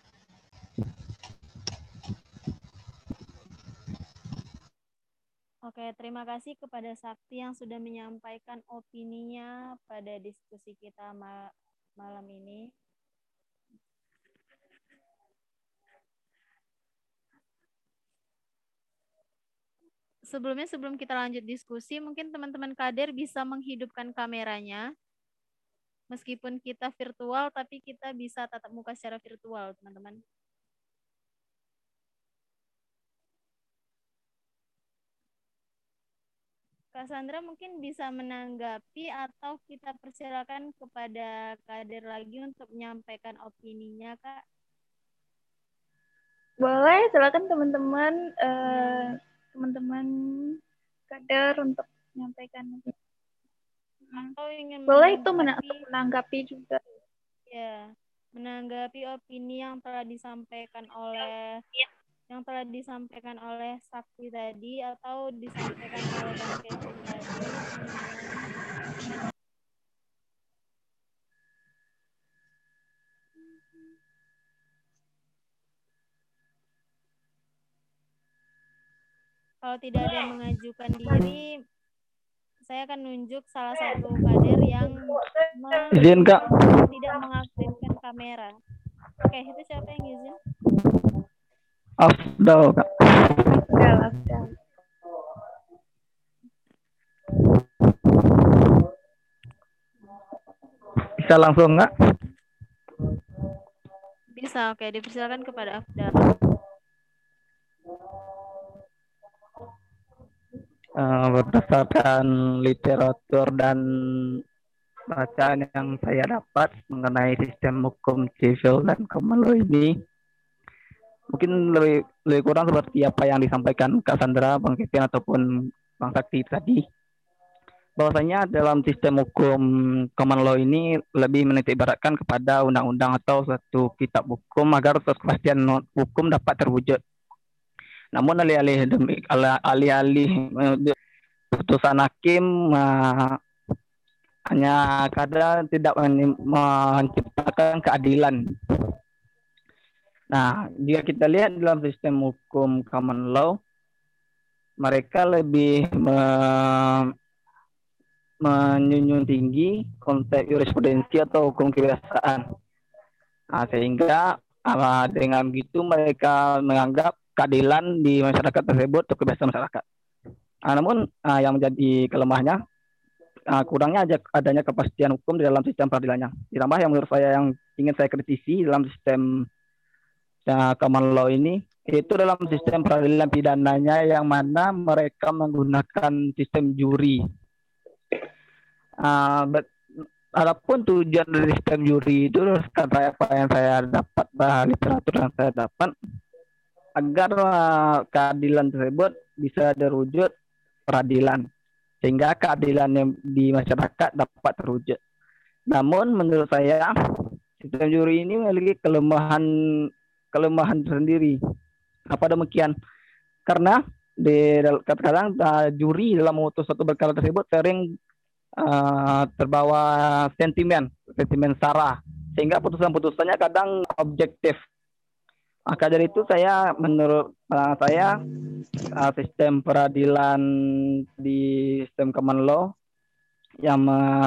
Oke, terima kasih kepada Sakti yang sudah menyampaikan opininya pada diskusi kita malam ini. Sebelum kita lanjut diskusi, mungkin teman-teman kader bisa menghidupkan kameranya. Meskipun kita virtual, tapi kita bisa tatap muka secara virtual, teman-teman. Kak Sandra mungkin bisa menanggapi atau kita persilakan kepada kader lagi untuk menyampaikan opininya, Kak. Boleh, silakan teman-teman teman-teman kader untuk menyampaikan. Atau ingin boleh itu menanggapi juga. Ya, menanggapi opini yang telah disampaikan oleh Sakti tadi atau disampaikan oleh Bang Kevin tadi, teman-teman. Kalau tidak ada yang mengajukan diri, saya akan nunjuk salah satu kader yang izin Kak tidak mengaktifkan kamera. Oke, itu siapa yang izin? Afdal Kak. Afdal. Bisa langsung nggak? Bisa, oke. Dipersilakan kepada Afdal. Berdasarkan literatur dan bacaan yang saya dapat mengenai sistem hukum civil dan common law ini, mungkin lebih kurang seperti apa yang disampaikan Kak Sandra, Bang Kevin ataupun Bang Sakti tadi. Bahwasanya dalam sistem hukum common law ini lebih menitikberatkan kepada undang-undang atau suatu kitab hukum agar kepastian hukum dapat terwujud. Namun alih-alih putusan hakim hanya kadang tidak menciptakan keadilan. Nah, jika kita lihat dalam sistem hukum common law, mereka lebih menjunjung tinggi konteks jurisprudensi atau hukum kebiasaan. Sehingga dengan gitu mereka menganggap keadilan di masyarakat tersebut cukup biasa masyarakat. Namun yang menjadi kelemahannya kurangnya adanya kepastian hukum di dalam sistem peradilannya. Ditambah yang menurut saya yang ingin saya kritisi dalam sistem common law ini, itu dalam sistem peradilan pidananya yang mana mereka menggunakan sistem juri. Adapun tujuan dari sistem juri itu kata apa yang saya dapat, literatur yang saya dapat, agar keadilan tersebut bisa terwujud peradilan, sehingga keadilan yang di masyarakat dapat terwujud. Namun menurut saya sistem juri ini memiliki kelemahan tersendiri. Apa demikian? Karena kadang juri dalam memutus suatu perkara tersebut sering terbawa sentimen sara, sehingga putusan-putusannya kadang objektif. Maka dari itu menurut saya sistem peradilan di sistem common law yang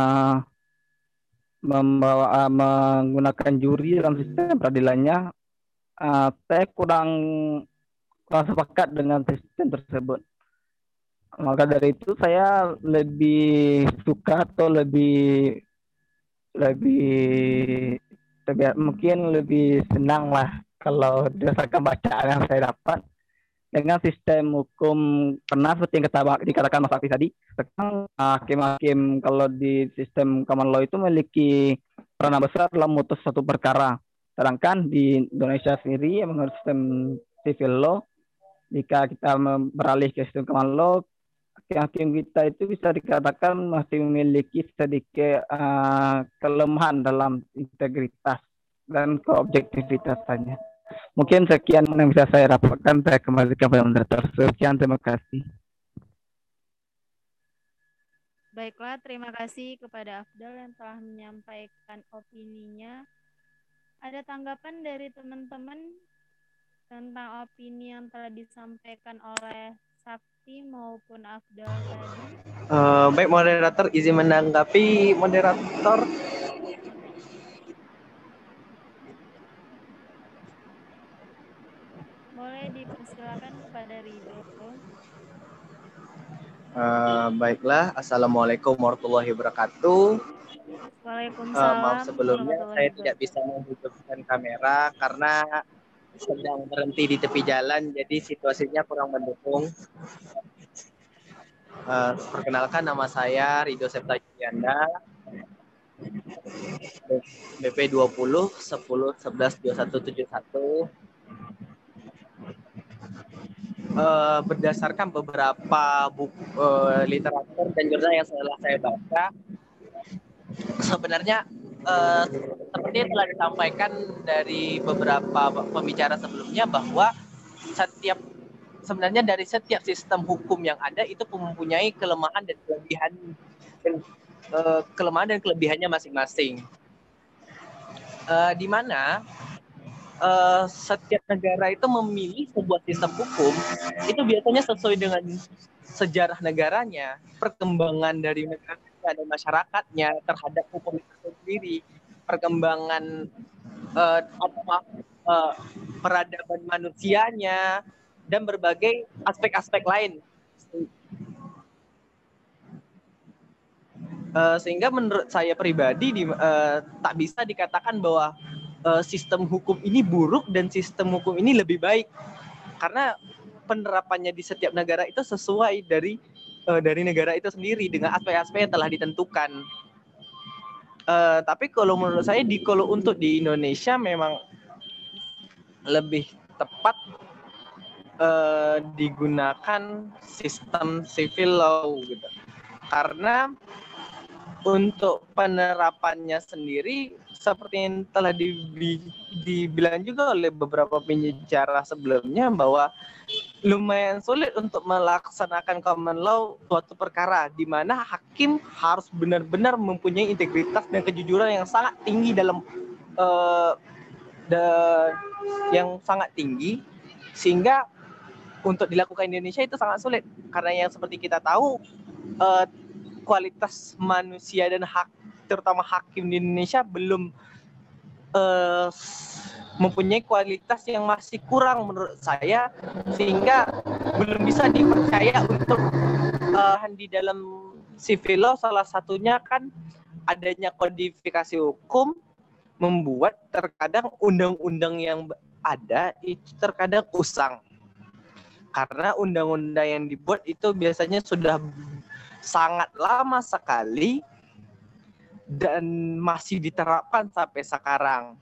menggunakan juri dalam sistem peradilannya, saya kurang sepakat dengan sistem tersebut. Maka dari itu saya lebih suka atau mungkin lebih senang lah kalau berdasarkan bacaan yang saya dapat dengan sistem hukum, karena seperti yang dikatakan Mas Akti tadi, hakim-hakim kalau di sistem common law itu memiliki peranan besar dalam memutus satu perkara. Sedangkan di Indonesia sendiri menurut sistem civil law, jika kita beralih ke sistem common law, hakim kita itu bisa dikatakan masih memiliki sedikit kelemahan dalam integritas dan keobjektivitasannya. Mungkin sekian yang bisa saya dapatkan. Saya kembalikan kepada moderator. Sekian, terima kasih. Baiklah, terima kasih kepada Afdal yang telah menyampaikan opininya. Ada tanggapan dari teman-teman tentang opini yang telah disampaikan oleh Sakti maupun Afdal tadi? Baik, moderator izin menanggapi moderator. Boleh dipersilakan kepada Ridho. Baiklah, Assalamualaikum warahmatullahi wabarakatuh. Waalaikumsalam. Maaf sebelumnya saya tidak bisa menghidupkan kamera karena sedang berhenti di tepi jalan, jadi situasinya kurang mendukung. Perkenalkan, nama saya Ridho Septa Julianda, BP 20 10 11 2171. Berdasarkan beberapa buku literatur dan jurnal yang saya baca, sebenarnya seperti yang telah disampaikan dari beberapa pembicara sebelumnya, bahwa sebenarnya dari setiap sistem hukum yang ada itu mempunyai kelemahan dan kelebihannya masing-masing. Di mana setiap negara itu memilih sebuah sistem hukum itu biasanya sesuai dengan sejarah negaranya, perkembangan dari negaranya dan masyarakatnya terhadap hukum itu sendiri, perkembangan peradaban manusianya, dan berbagai aspek-aspek lain. Sehingga menurut saya pribadi tak bisa dikatakan bahwa sistem hukum ini buruk dan sistem hukum ini lebih baik, karena penerapannya di setiap negara itu sesuai dari negara itu sendiri dengan aspek-aspek yang telah ditentukan. Tapi kalau menurut saya kalau untuk di Indonesia memang lebih tepat digunakan sistem civil law gitu, karena untuk penerapannya sendiri seperti yang telah dibilang juga oleh beberapa pembicara sebelumnya, bahwa lumayan sulit untuk melaksanakan common law suatu perkara di mana hakim harus benar-benar mempunyai integritas dan kejujuran yang sangat tinggi yang sangat tinggi, sehingga untuk dilakukan di Indonesia itu sangat sulit, karena yang seperti kita tahu kualitas manusia dan terutama hakim di Indonesia belum mempunyai kualitas yang masih kurang menurut saya, sehingga belum bisa dipercaya untuk di dalam civil law. Salah satunya kan adanya kodifikasi hukum membuat terkadang undang-undang yang ada itu terkadang usang, karena undang-undang yang dibuat itu biasanya sudah sangat lama sekali dan masih diterapkan sampai sekarang.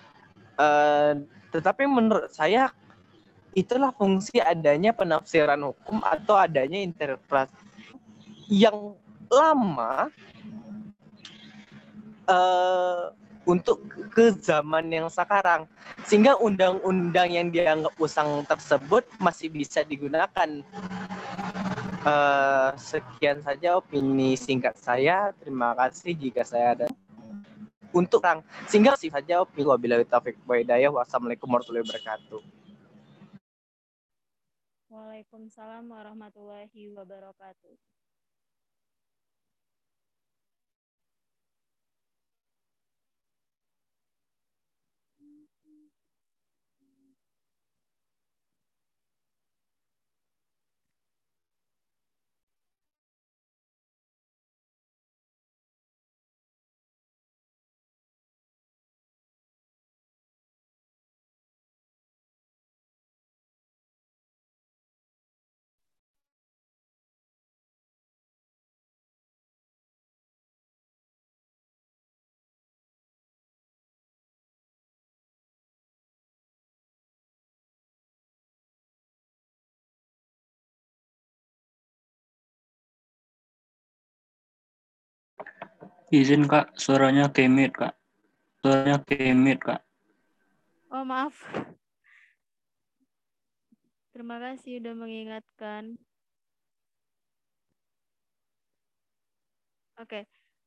Tetapi menurut saya itulah fungsi adanya penafsiran hukum atau adanya interpretasi yang lama untuk ke zaman yang sekarang, sehingga undang-undang yang dianggap usang tersebut masih bisa digunakan. Sekian saja opini singkat saya. Terima kasih jika saya ada untuk orang, sehingga saja opini. Wabillahi taufiq wal hidayah. Wassalamualaikum warahmatullahi wabarakatuh. Waalaikumsalam warahmatullahi wabarakatuh. Izin Kak, suaranya kemit Kak. Oh maaf. Terima kasih udah mengingatkan. Oke.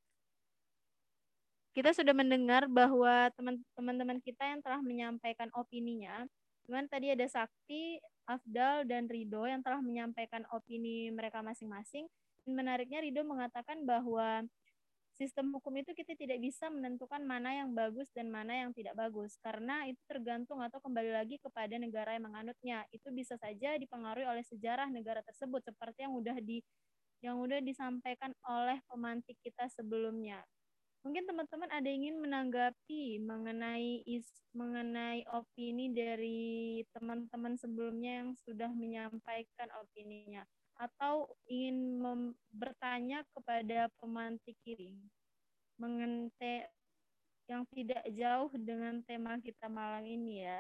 Kita sudah mendengar bahwa teman-teman kita yang telah menyampaikan opininya. Cuman tadi ada Sakti, Afdal, dan Rido yang telah menyampaikan opini mereka masing-masing. Dan menariknya Rido mengatakan bahwa sistem hukum itu kita tidak bisa menentukan mana yang bagus dan mana yang tidak bagus, karena itu tergantung atau kembali lagi kepada negara yang menganutnya. Itu bisa saja dipengaruhi oleh sejarah negara tersebut, seperti yang udah disampaikan oleh pemantik kita sebelumnya. Mungkin teman-teman ada yang ingin menanggapi mengenai opini dari teman-teman sebelumnya yang sudah menyampaikan opininya, atau ingin bertanya kepada pemantik ini mengenai yang tidak jauh dengan tema kita malam ini ya.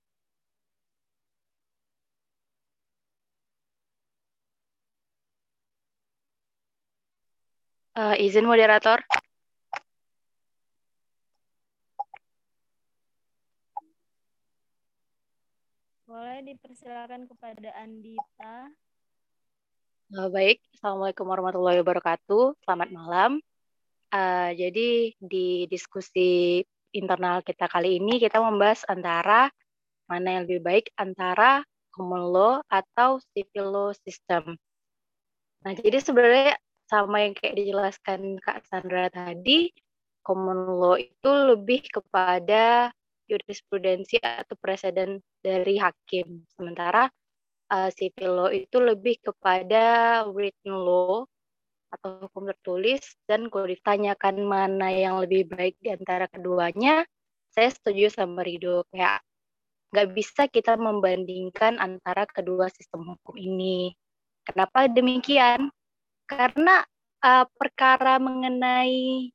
Izin moderator. Boleh dipersilakan kepada Andita. Baik, Assalamualaikum warahmatullahi wabarakatuh. Selamat malam. Jadi di diskusi internal kita kali ini kita membahas antara mana yang lebih baik antara common law atau civil law system. Nah, jadi sebenarnya sama yang kayak dijelaskan Kak Sandra tadi, common law itu lebih kepada jurisprudensi atau presiden dari hakim. Sementara civil law itu lebih kepada written law atau hukum tertulis, dan kalau ditanyakan mana yang lebih baik di antara keduanya, saya setuju sama Rido, kayak nggak bisa kita membandingkan antara kedua sistem hukum ini. Kenapa demikian? Karena perkara mengenai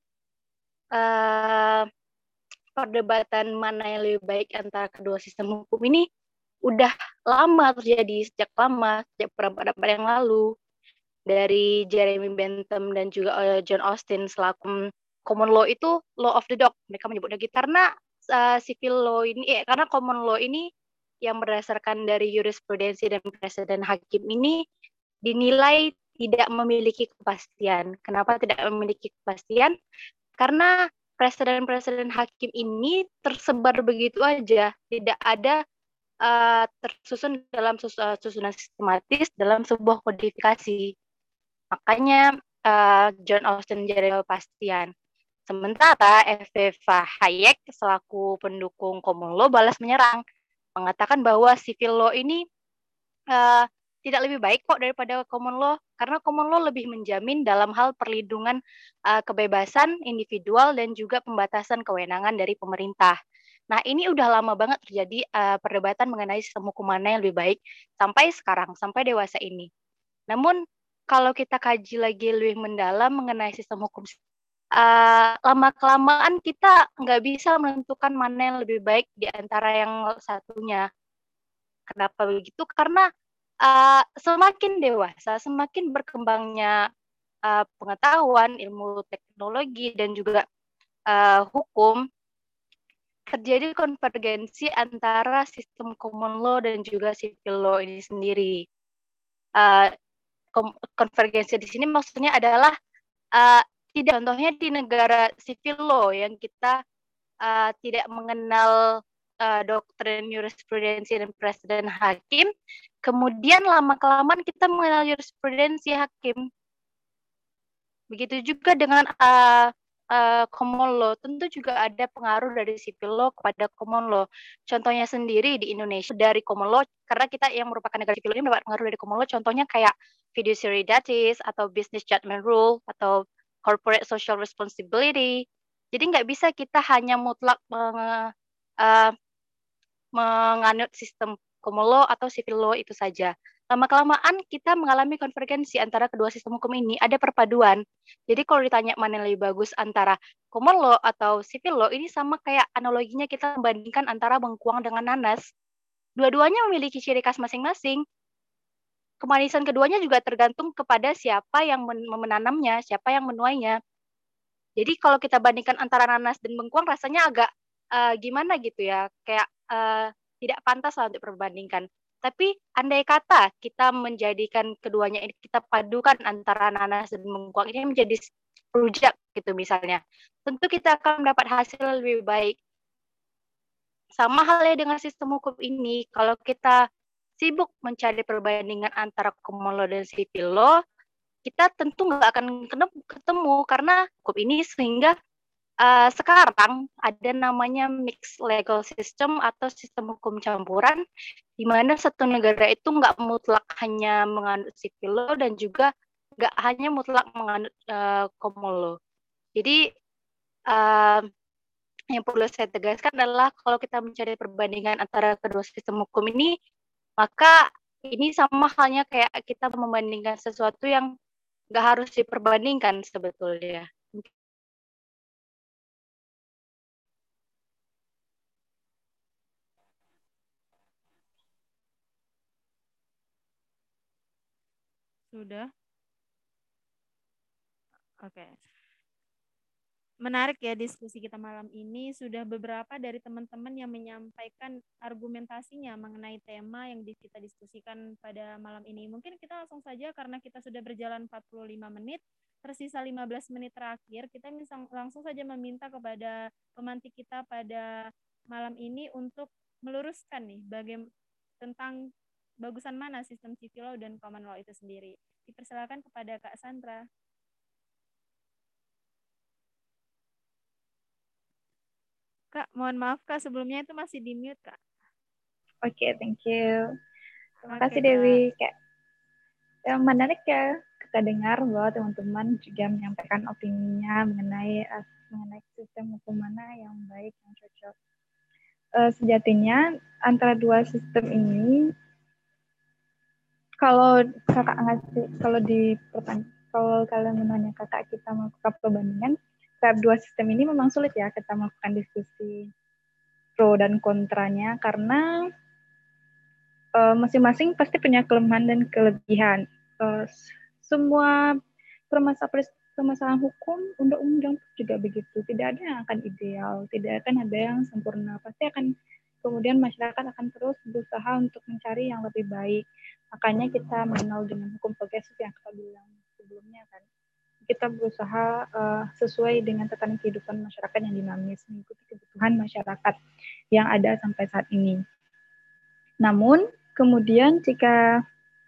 perdebatan mana yang lebih baik antara kedua sistem hukum ini udah lama terjadi, sejak beberapa yang lalu, dari Jeremy Bentham dan juga John Austin selaku common law itu law of the dog, mereka menyebutnya gitu, karena civil law ini karena common law ini yang berdasarkan dari jurisprudensi dan presiden hakim ini dinilai tidak memiliki kepastian. Kenapa tidak memiliki kepastian? Karena presiden hakim ini tersebar begitu aja, tidak ada tersusun dalam susunan sistematis dalam sebuah kodifikasi. Makanya John Austin jadi kepastian. Sementara Eva Hayek selaku pendukung common law balas menyerang, mengatakan bahwa civil law ini tidak lebih baik kok daripada common law, karena common law lebih menjamin dalam hal perlindungan kebebasan individual dan juga pembatasan kewenangan dari pemerintah. Nah, ini udah lama banget terjadi perdebatan mengenai sistem hukum mana yang lebih baik sampai sekarang, sampai dewasa ini. Namun, kalau kita kaji lagi lebih mendalam mengenai sistem hukum, lama-kelamaan kita nggak bisa menentukan mana yang lebih baik di antara yang satunya. Kenapa begitu? Karena semakin dewasa, semakin berkembangnya pengetahuan, ilmu teknologi, dan juga hukum, terjadi konvergensi antara sistem common law dan juga civil law ini sendiri. Konvergensi di sini maksudnya adalah tidak, contohnya di negara civil law yang kita tidak mengenal doktrin jurisprudensi dan presiden hakim, kemudian lama-kelamaan kita mengenal jurisprudensi hakim. Begitu juga dengan common law, tentu juga ada pengaruh dari civil law kepada common law. Contohnya sendiri di Indonesia dari common law, karena kita yang merupakan negara civil ini mendapat pengaruh dari common law, contohnya kayak fiduciary duties, atau business judgment rule, atau corporate social responsibility. Jadi nggak bisa kita hanya mutlak menganut sistem common law atau civil law itu saja. Lama-kelamaan kita mengalami konvergensi antara kedua sistem hukum ini, ada perpaduan. Jadi kalau ditanya mana yang lebih bagus antara common law atau civil law, ini sama kayak analoginya kita membandingkan antara bengkuang dengan nanas. Dua-duanya memiliki ciri khas masing-masing. Kemanisan keduanya juga tergantung kepada siapa yang menanamnya, siapa yang menuainya. Jadi kalau kita bandingkan antara nanas dan bengkuang, rasanya agak gimana gitu ya, kayak tidak pantas lah untuk diperbandingkan. Tapi andai kata kita menjadikan keduanya ini, kita padukan antara nanas dan bengkuang ini menjadi rujak gitu misalnya, tentu kita akan mendapat hasil lebih baik. Sama halnya dengan sistem hukum ini, kalau kita sibuk mencari perbandingan antara common law dan civil law, kita tentu nggak akan ketemu karena hukum ini, sehingga sekarang ada namanya mixed legal system atau sistem hukum campuran, di mana satu negara itu nggak mutlak hanya menganut civil law dan juga nggak hanya mutlak menganut common law. Jadi yang perlu saya tegaskan adalah kalau kita mencari perbandingan antara kedua sistem hukum ini, maka ini sama halnya kayak kita membandingkan sesuatu yang nggak harus diperbandingkan sebetulnya. Sudah? Oke. Menarik ya diskusi kita malam ini. Sudah beberapa dari teman-teman yang menyampaikan argumentasinya mengenai tema yang kita diskusikan pada malam ini. Mungkin kita langsung saja, karena kita sudah berjalan 45 menit, tersisa 15 menit terakhir, kita langsung saja meminta kepada pemantik kita pada malam ini untuk meluruskan nih tentang bagusan mana sistem civil law dan common law itu sendiri. Dipersilakan kepada Kak Sandra. Kak, mohon maaf Kak, sebelumnya itu masih di mute Kak. Oke, thank you. Terima kasih Dewi. Kayak yang menarik ya, kita dengar bahwa teman-teman juga menyampaikan opininya mengenai sistem hukum mana yang baik, yang cocok. Sejatinya antara dua sistem ini, kalau kakak ngasih, kalau kalian menanya kakak kita melakukan perbandingan terhadap dua sistem ini, memang sulit ya kita melakukan diskusi pro dan kontranya, karena masing-masing pasti punya kelemahan dan kelebihan. Semua permasalahan hukum, undang-undang juga begitu. Tidak ada yang akan ideal, tidak akan ada yang sempurna. Pasti akan kemudian masyarakat akan terus berusaha untuk mencari yang lebih baik. Makanya kita mengenal dengan hukum progresif yang kita bilang sebelumnya kan. Kita berusaha sesuai dengan tatanan kehidupan masyarakat yang dinamis, mengikuti kebutuhan masyarakat yang ada sampai saat ini. Namun, kemudian jika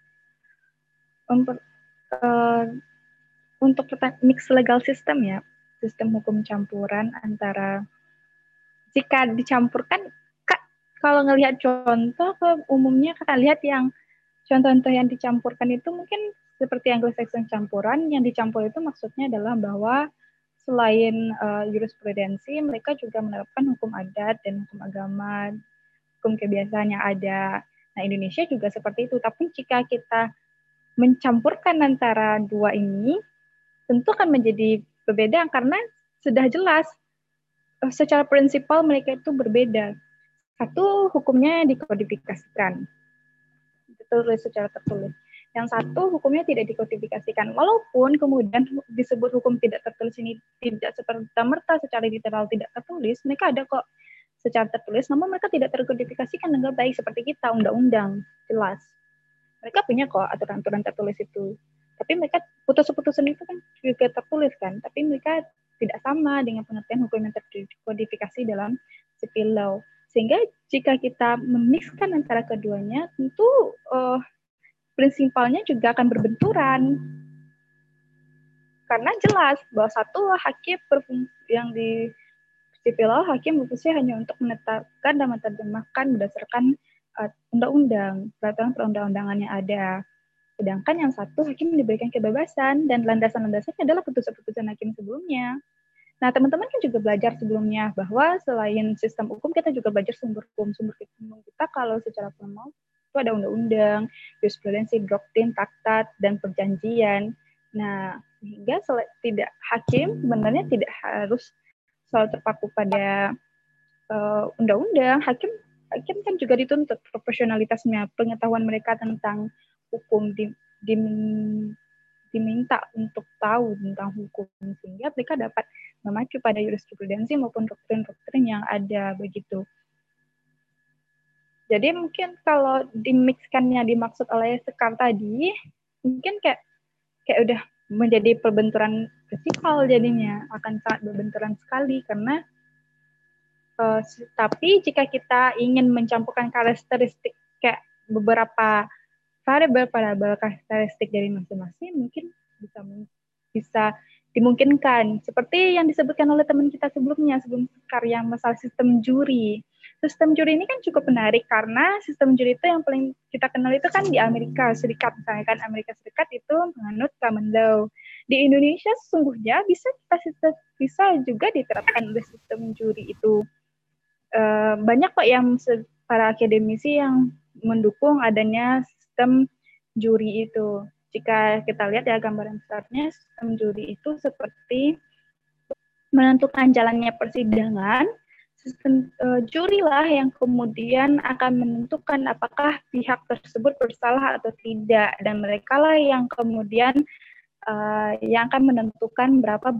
untuk mixed legal system ya, sistem hukum campuran antara, jika dicampurkan, Kak, kalau ngelihat contoh umumnya Kak lihat yang contoh-contoh yang dicampurkan itu mungkin seperti Anglo-Saxon campuran. Yang dicampur itu maksudnya adalah bahwa selain jurisprudensi, mereka juga menerapkan hukum adat dan hukum agama, hukum kebiasaan yang ada. Nah, Indonesia juga seperti itu. Tapi jika kita mencampurkan antara dua ini, tentu akan menjadi berbeda karena sudah jelas secara prinsipal mereka itu berbeda. Satu, hukumnya dikodifikasikan, ditulis secara tertulis. Yang satu, hukumnya tidak dikodifikasikan. Walaupun kemudian disebut hukum tidak tertulis ini tidak serta-merta secara literal tidak tertulis, mereka ada kok secara tertulis, namun mereka tidak terkodifikasikan dengan baik seperti kita, undang-undang, jelas. Mereka punya kok aturan-aturan tertulis itu. Tapi mereka putusan itu kan juga tertulis kan, tapi mereka tidak sama dengan pengertian hukum yang terkodifikasi dalam civil law. Sehingga jika kita memixkan antara keduanya, tentu prinsipalnya juga akan berbenturan. Karena jelas bahwa satu hakim yang di civil law, hakim berfungsi hanya untuk menetapkan dan menerjemahkan berdasarkan undang-undang, peraturan perundang-undangan yang ada. Sedangkan yang satu, hakim diberikan kebebasan dan landasan-landasannya adalah putusan-putusan hakim sebelumnya. Nah, teman-teman kan juga belajar sebelumnya bahwa selain sistem hukum, kita juga belajar sumber hukum. Sumber hukum kita kalau secara formal itu ada undang-undang, jurisprudensi, doktrin, traktat, dan perjanjian. Nah, sehingga tidak hakim sebenarnya tidak harus selalu terpaku pada undang-undang. Hakim kan juga dituntut profesionalitasnya, pengetahuan mereka tentang hukum diminta untuk tahu tentang hukum, sehingga mereka dapat memacu pada jurisprudensi maupun doktrin-doktrin yang ada begitu. Jadi mungkin kalau dimixkannya dimaksud oleh Sekar tadi, mungkin kayak udah menjadi perbenturan prinsipal, jadinya akan sangat berbenturan sekali karena tapi jika kita ingin mencampurkan karakteristik kayak beberapa variabel karakteristik dari masing-masing, mungkin bisa dimungkinkan. Seperti yang disebutkan oleh teman kita sebelum karya masalah sistem juri. Sistem juri ini kan cukup menarik karena sistem juri itu yang paling kita kenal itu kan di Amerika Serikat. Misalnya kan Amerika Serikat itu menganut common law. Di Indonesia sesungguhnya bisa juga diterapkan oleh sistem juri itu. Banyak kok yang para akademisi yang mendukung adanya sistem juri itu. Jika kita lihat ya gambaran besarnya, sistem juri itu seperti menentukan jalannya persidangan. Sistem juri lah yang kemudian akan menentukan apakah pihak tersebut bersalah atau tidak, dan mereka lah yang kemudian yang akan menentukan berapa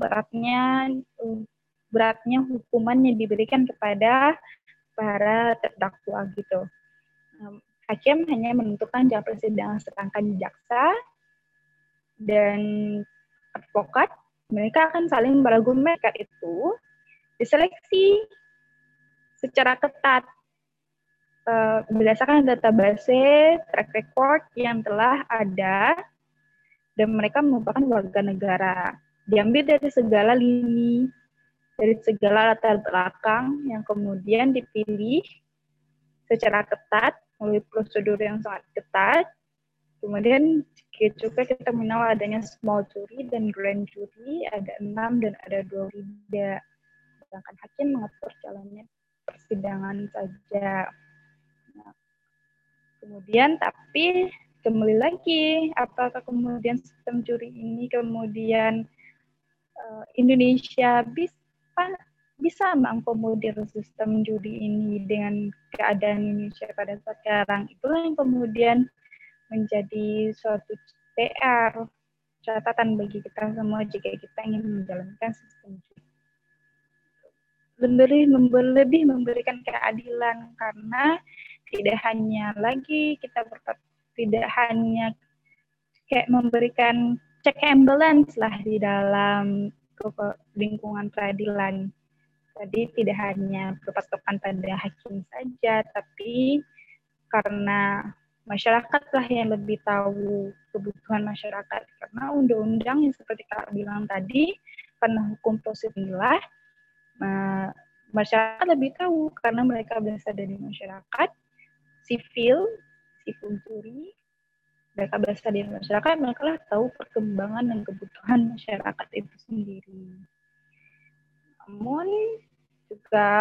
beratnya hukuman yang diberikan kepada para terdakwa gitu. Hakim hanya menentukan jalan persidangan, sedangkan jaksa dan advokat mereka akan saling berargumen. Itu diseleksi secara ketat berdasarkan database track record yang telah ada, dan mereka merupakan warga negara. Diambil dari segala lini, dari segala latar belakang yang kemudian dipilih secara ketat melalui prosedur yang sangat ketat. Kemudian juga kita mengenal adanya small jury dan grand jury, ada 6 dan ada 2 tidak. Sedangkan hakim mengatur jalannya persidangan saja. Nah, kemudian tapi kembali lagi, apakah kemudian sistem juri ini kemudian Indonesia bisa mengakomodir sistem juri ini dengan keadaan Indonesia pada saat sekarang? Itulah yang kemudian menjadi suatu PR, catatan bagi kita semua jika kita ingin menjalankan sistem juri. Lebih memberikan keadilan, karena tidak hanya kayak memberikan check and balance lah di dalam lingkungan peradilan. Jadi tidak hanya berpatokan pada hakim saja, tapi karena masyarakat lah yang lebih tahu kebutuhan masyarakat. Karena undang-undang yang seperti Kak bilang tadi, karena hukum positif inilah masyarakat lebih tahu karena mereka berasal dari masyarakat sipil juri, mereka berasal dari masyarakat, mereka lah tahu perkembangan dan kebutuhan masyarakat itu sendiri. Namun juga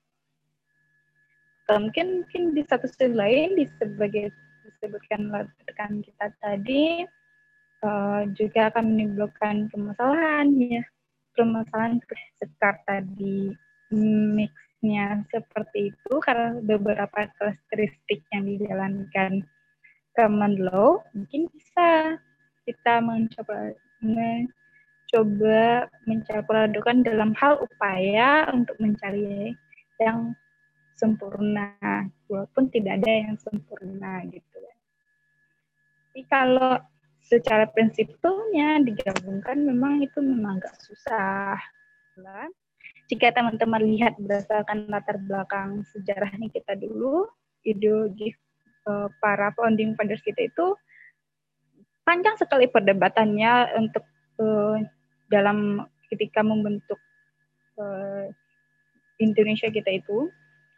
mungkin di satu sisi lain disebutkan rekan kita tadi juga akan menimbulkan permasalahan sekitar tadi mixnya seperti itu karena beberapa karakteristik yang dijalankan common law mungkin bisa kita mencoba mencampur adukan dalam hal upaya untuk mencari yang sempurna walaupun tidak ada yang sempurna gitu. Tapi kalau secara prinsipnya digabungkan memang agak susah. Jika teman-teman lihat berdasarkan latar belakang sejarahnya kita dulu, ideologi para founding fathers kita itu panjang sekali perdebatannya untuk dalam ketika membentuk Indonesia kita itu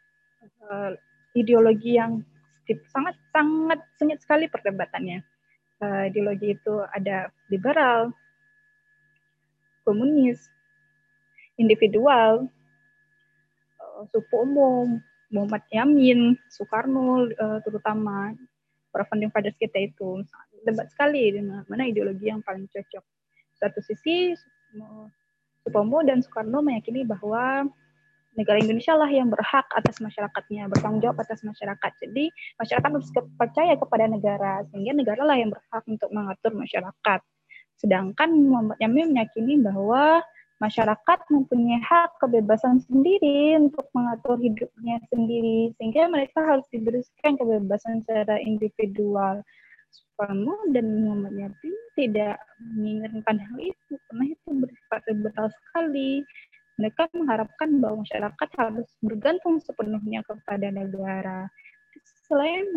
ideologi yang sangat sengit sekali perdebatannya. Ideologi itu ada liberal, komunis, individual, suku umum, Muhammad Yamin, Soekarno, terutama para founding fathers kita itu debat sekali dengan mana ideologi yang paling cocok. Satu sisi, suku umum dan Soekarno meyakini bahwa negara Indonesia lah yang berhak atas masyarakatnya, bertanggung jawab atas masyarakat. Jadi masyarakat harus percaya kepada negara, sehingga negara lah yang berhak untuk mengatur masyarakat. Sedangkan Muhammad Yamin meyakini bahwa masyarakat mempunyai hak kebebasan sendiri untuk mengatur hidupnya sendiri, sehingga mereka harus diberikan kebebasan secara individual. Soekarno dan Muhammad Yamin tidak menginginkan hal itu, karena itu bersifat liberal sekali. Mereka mengharapkan bahwa masyarakat harus bergantung sepenuhnya kepada negara. Selain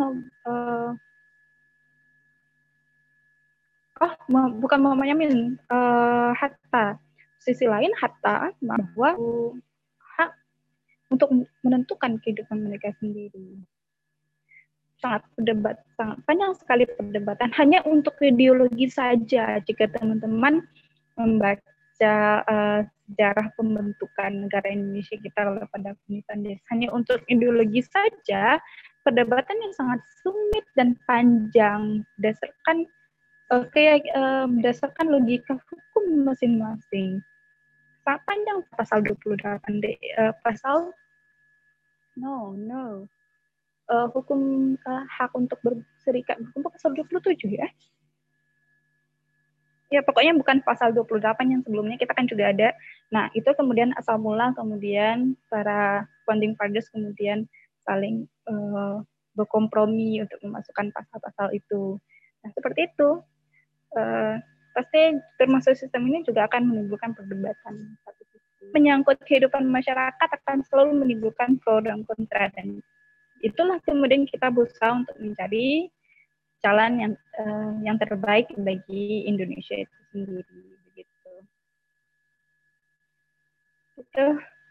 bukan Muhammad Yamin, Hatta. Sisi lain Hatta bahwa hak untuk menentukan kehidupan mereka sendiri. Sangat panjang sekali perdebatan hanya untuk ideologi saja. Jika teman-teman membaca sejarah pembentukan negara Indonesia kita pada pemerintahan hanya untuk ideologi saja, perdebatannya sangat sumit dan panjang berdasarkan logika hukum masing-masing. Sangat panjang pasal 28 hukum hak untuk berserikat hukum pasal 27 ya. Ya pokoknya bukan pasal 28 yang sebelumnya kita kan juga ada. Nah itu kemudian asal mula kemudian para founding fathers kemudian saling berkompromi untuk memasukkan pasal-pasal itu. Nah seperti itu pasti termasuk sistem ini juga akan menimbulkan perdebatan. Menyangkut kehidupan masyarakat akan selalu menimbulkan pro dan kontra dan itulah kemudian kita berusaha untuk mencari jalan yang terbaik bagi Indonesia itu sendiri begitu. Itu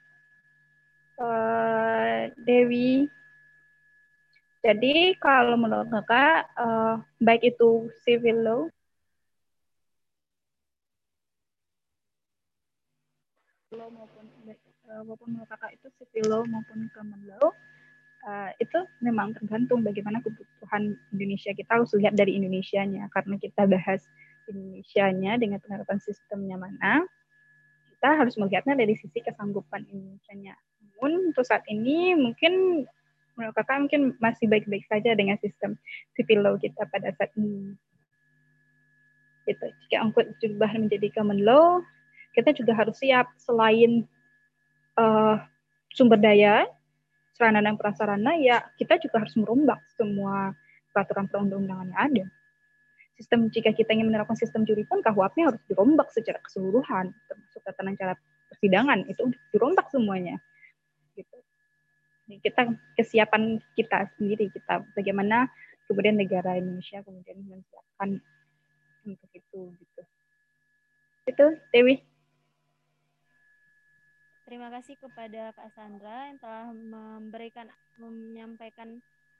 Dewi. Jadi kalau menurut Kakak baik itu civil law maupun menurut Kakak itu civil law maupun common law itu memang tergantung bagaimana kebutuhan Indonesia. Kita harus lihat dari Indonesianya karena kita bahas Indonesianya dengan penerapan sistemnya mana, kita harus melihatnya dari sisi kesanggupan Indonesianya. Namun untuk saat ini mungkin menurut Kakak mungkin masih baik-baik saja dengan sistem civil law kita pada saat ini. Gitu. Jika angkut berubah menjadi common law, kita juga harus siap selain sumber daya, sarana dan prasarana, ya kita juga harus merombak semua peraturan perundang-undangan yang ada. Jika kita ingin menerapkan sistem juri pun, KUHP-nya harus dirombak secara keseluruhan, termasuk tata cara persidangan, itu dirombak semuanya. Gitu. Jadi kesiapan kita sendiri, bagaimana kemudian negara Indonesia kemudian menyiapkan untuk itu. Gitu. Itu, Dewi. Terima kasih kepada Kak Sandra yang telah menyampaikan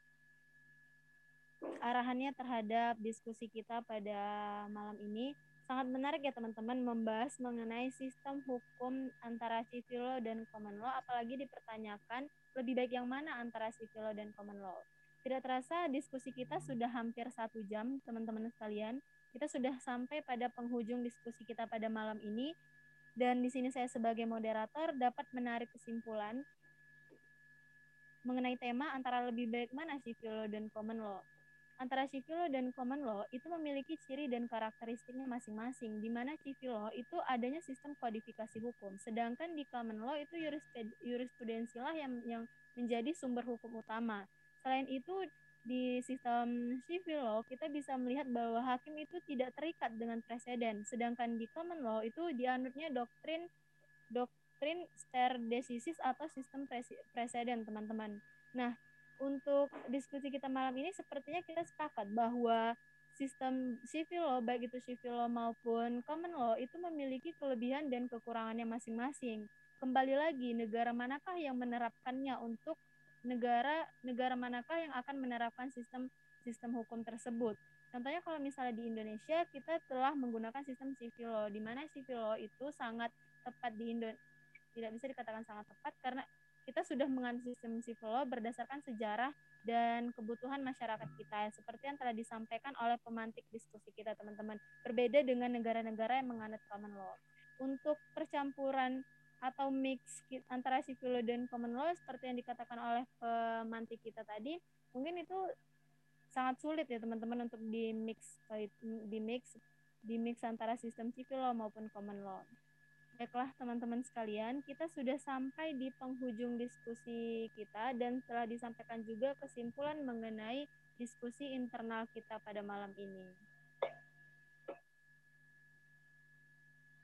arahannya terhadap diskusi kita pada malam ini. Sangat menarik ya teman-teman membahas mengenai sistem hukum antara civil law dan common law, apalagi dipertanyakan lebih baik yang mana antara civil law dan common law. Tidak terasa diskusi kita sudah hampir 1 jam, teman-teman sekalian. Kita sudah sampai pada penghujung diskusi kita pada malam ini. Dan di sini saya sebagai moderator dapat menarik kesimpulan mengenai tema antara lebih baik mana civil law dan common law. Antara civil law dan common law itu memiliki ciri dan karakteristiknya masing-masing, di mana civil law itu adanya sistem kodifikasi hukum, sedangkan di common law itu jurisprudensilah yang menjadi sumber hukum utama. Selain itu, di sistem civil law kita bisa melihat bahwa hakim itu tidak terikat dengan preseden, sedangkan di common law itu dianutnya doktrin stare decisis atau sistem preseden, teman-teman. Nah, untuk diskusi kita malam ini sepertinya kita sepakat bahwa sistem civil law, baik itu civil law maupun common law, itu memiliki kelebihan dan kekurangannya masing-masing. Kembali lagi, negara manakah yang menerapkannya untuk negara manakah yang akan menerapkan sistem hukum tersebut. Contohnya kalau misalnya di Indonesia, kita telah menggunakan sistem civil law, di mana civil law itu sangat tepat tidak bisa dikatakan sangat tepat karena kita sudah menganut sistem civil law berdasarkan sejarah dan kebutuhan masyarakat kita, seperti yang telah disampaikan oleh pemantik diskusi kita, teman-teman. Berbeda dengan negara-negara yang menganut common law. Untuk percampuran atau mix antara civil law dan common law seperti yang dikatakan oleh pemantik kita tadi, mungkin itu sangat sulit ya teman-teman untuk di mix antara sistem civil law maupun common law. Baiklah teman-teman sekalian, kita sudah sampai di penghujung diskusi kita dan telah disampaikan juga kesimpulan mengenai diskusi internal kita pada malam ini.